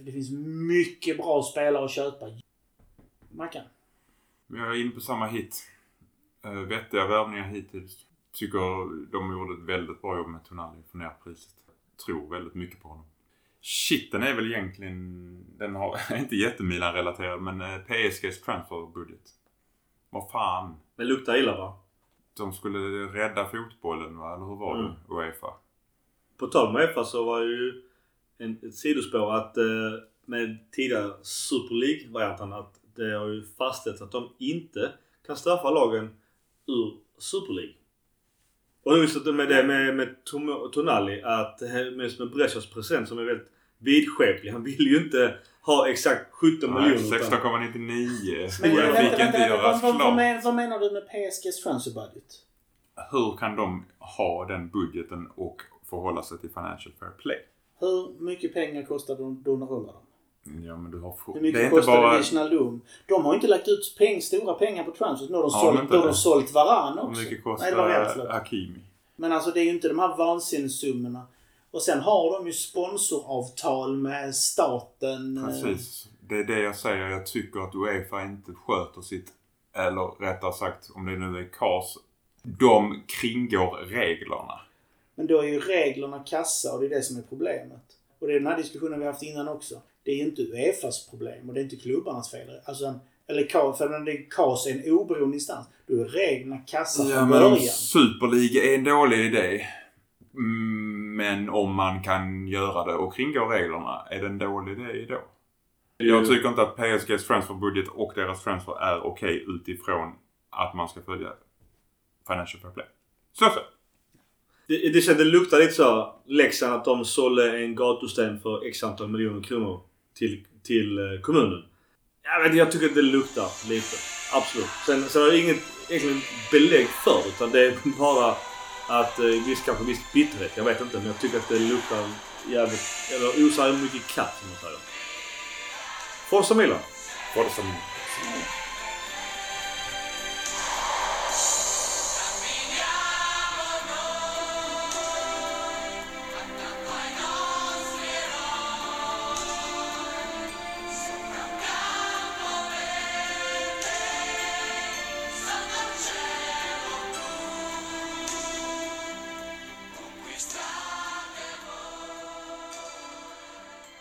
mycket bra spelare att köpa. Mackan. Jag är inne på samma hit. Vettiga värvningar hittills. Tycker de gjorde ett väldigt bra jobb med Tonali för ner priset. Tror väldigt mycket på honom. Shitten är väl egentligen, den har inte jättemilan-relaterad, men PSGs transferbudget. Vad fan. Det luktar illa, va? De skulle rädda fotbollen, va? Eller hur var det, UEFA? På tal om UEFA så var ju ett sidospår att med tidigare Super League-varianten att det har ju fastställts att de inte kan straffa lagen ur Super League. Och just med det med Tonali, att med Brescias present som är väldigt vidskeplig. Han vill ju inte ha exakt 17 miljoner. 16,99. Men jag fick inte göra klart. Vad menar du med PSGs transfer budget? Hur kan de ha den budgeten och förhålla sig till Financial Fair Play? Hur mycket pengar kostar Donnarumma då? Ja, men du har hur mycket kostar Wijnaldum? De har inte lagt ut stora pengar på transfer. Nu har de sålt Varane också. Hur mycket kostar Hakimi? Men alltså det är ju inte de här vansinnessummorna. Och sen har de ju sponsoravtal med staten. Precis. Det är det jag säger. Jag tycker att UEFA inte sköter sitt, eller rättare sagt om det nu är KAS, de kringgår reglerna. Men då är ju reglerna kassa, och det är det som är problemet. Och det är den här diskussionen vi har haft innan också. Det är ju inte UEFAs problem och det är inte klubbarnas fel. Alltså för när det KAS är en oberoende instans, då är reglerna kassa från början. Men Superliga är en dålig idé. Men om man kan göra det och kringgå reglerna, är det en dålig idé då? Jag tycker inte att PSGs transferbudget och deras transfer är okej utifrån att man ska följa Financial Fair Play. Så. Det luktar lite så Leksand att de sålde en gatusten för x antal miljoner kronor till kommunen. Jag tycker att det luktar lite. Absolut. Sen har det inget egentligen belägg för, utan det är bara att viss bitterhet. Jag vet inte, men jag tycker att det luktar jävligt, eller osar mycket katt som man säger. Forza Milan. Forza Milan.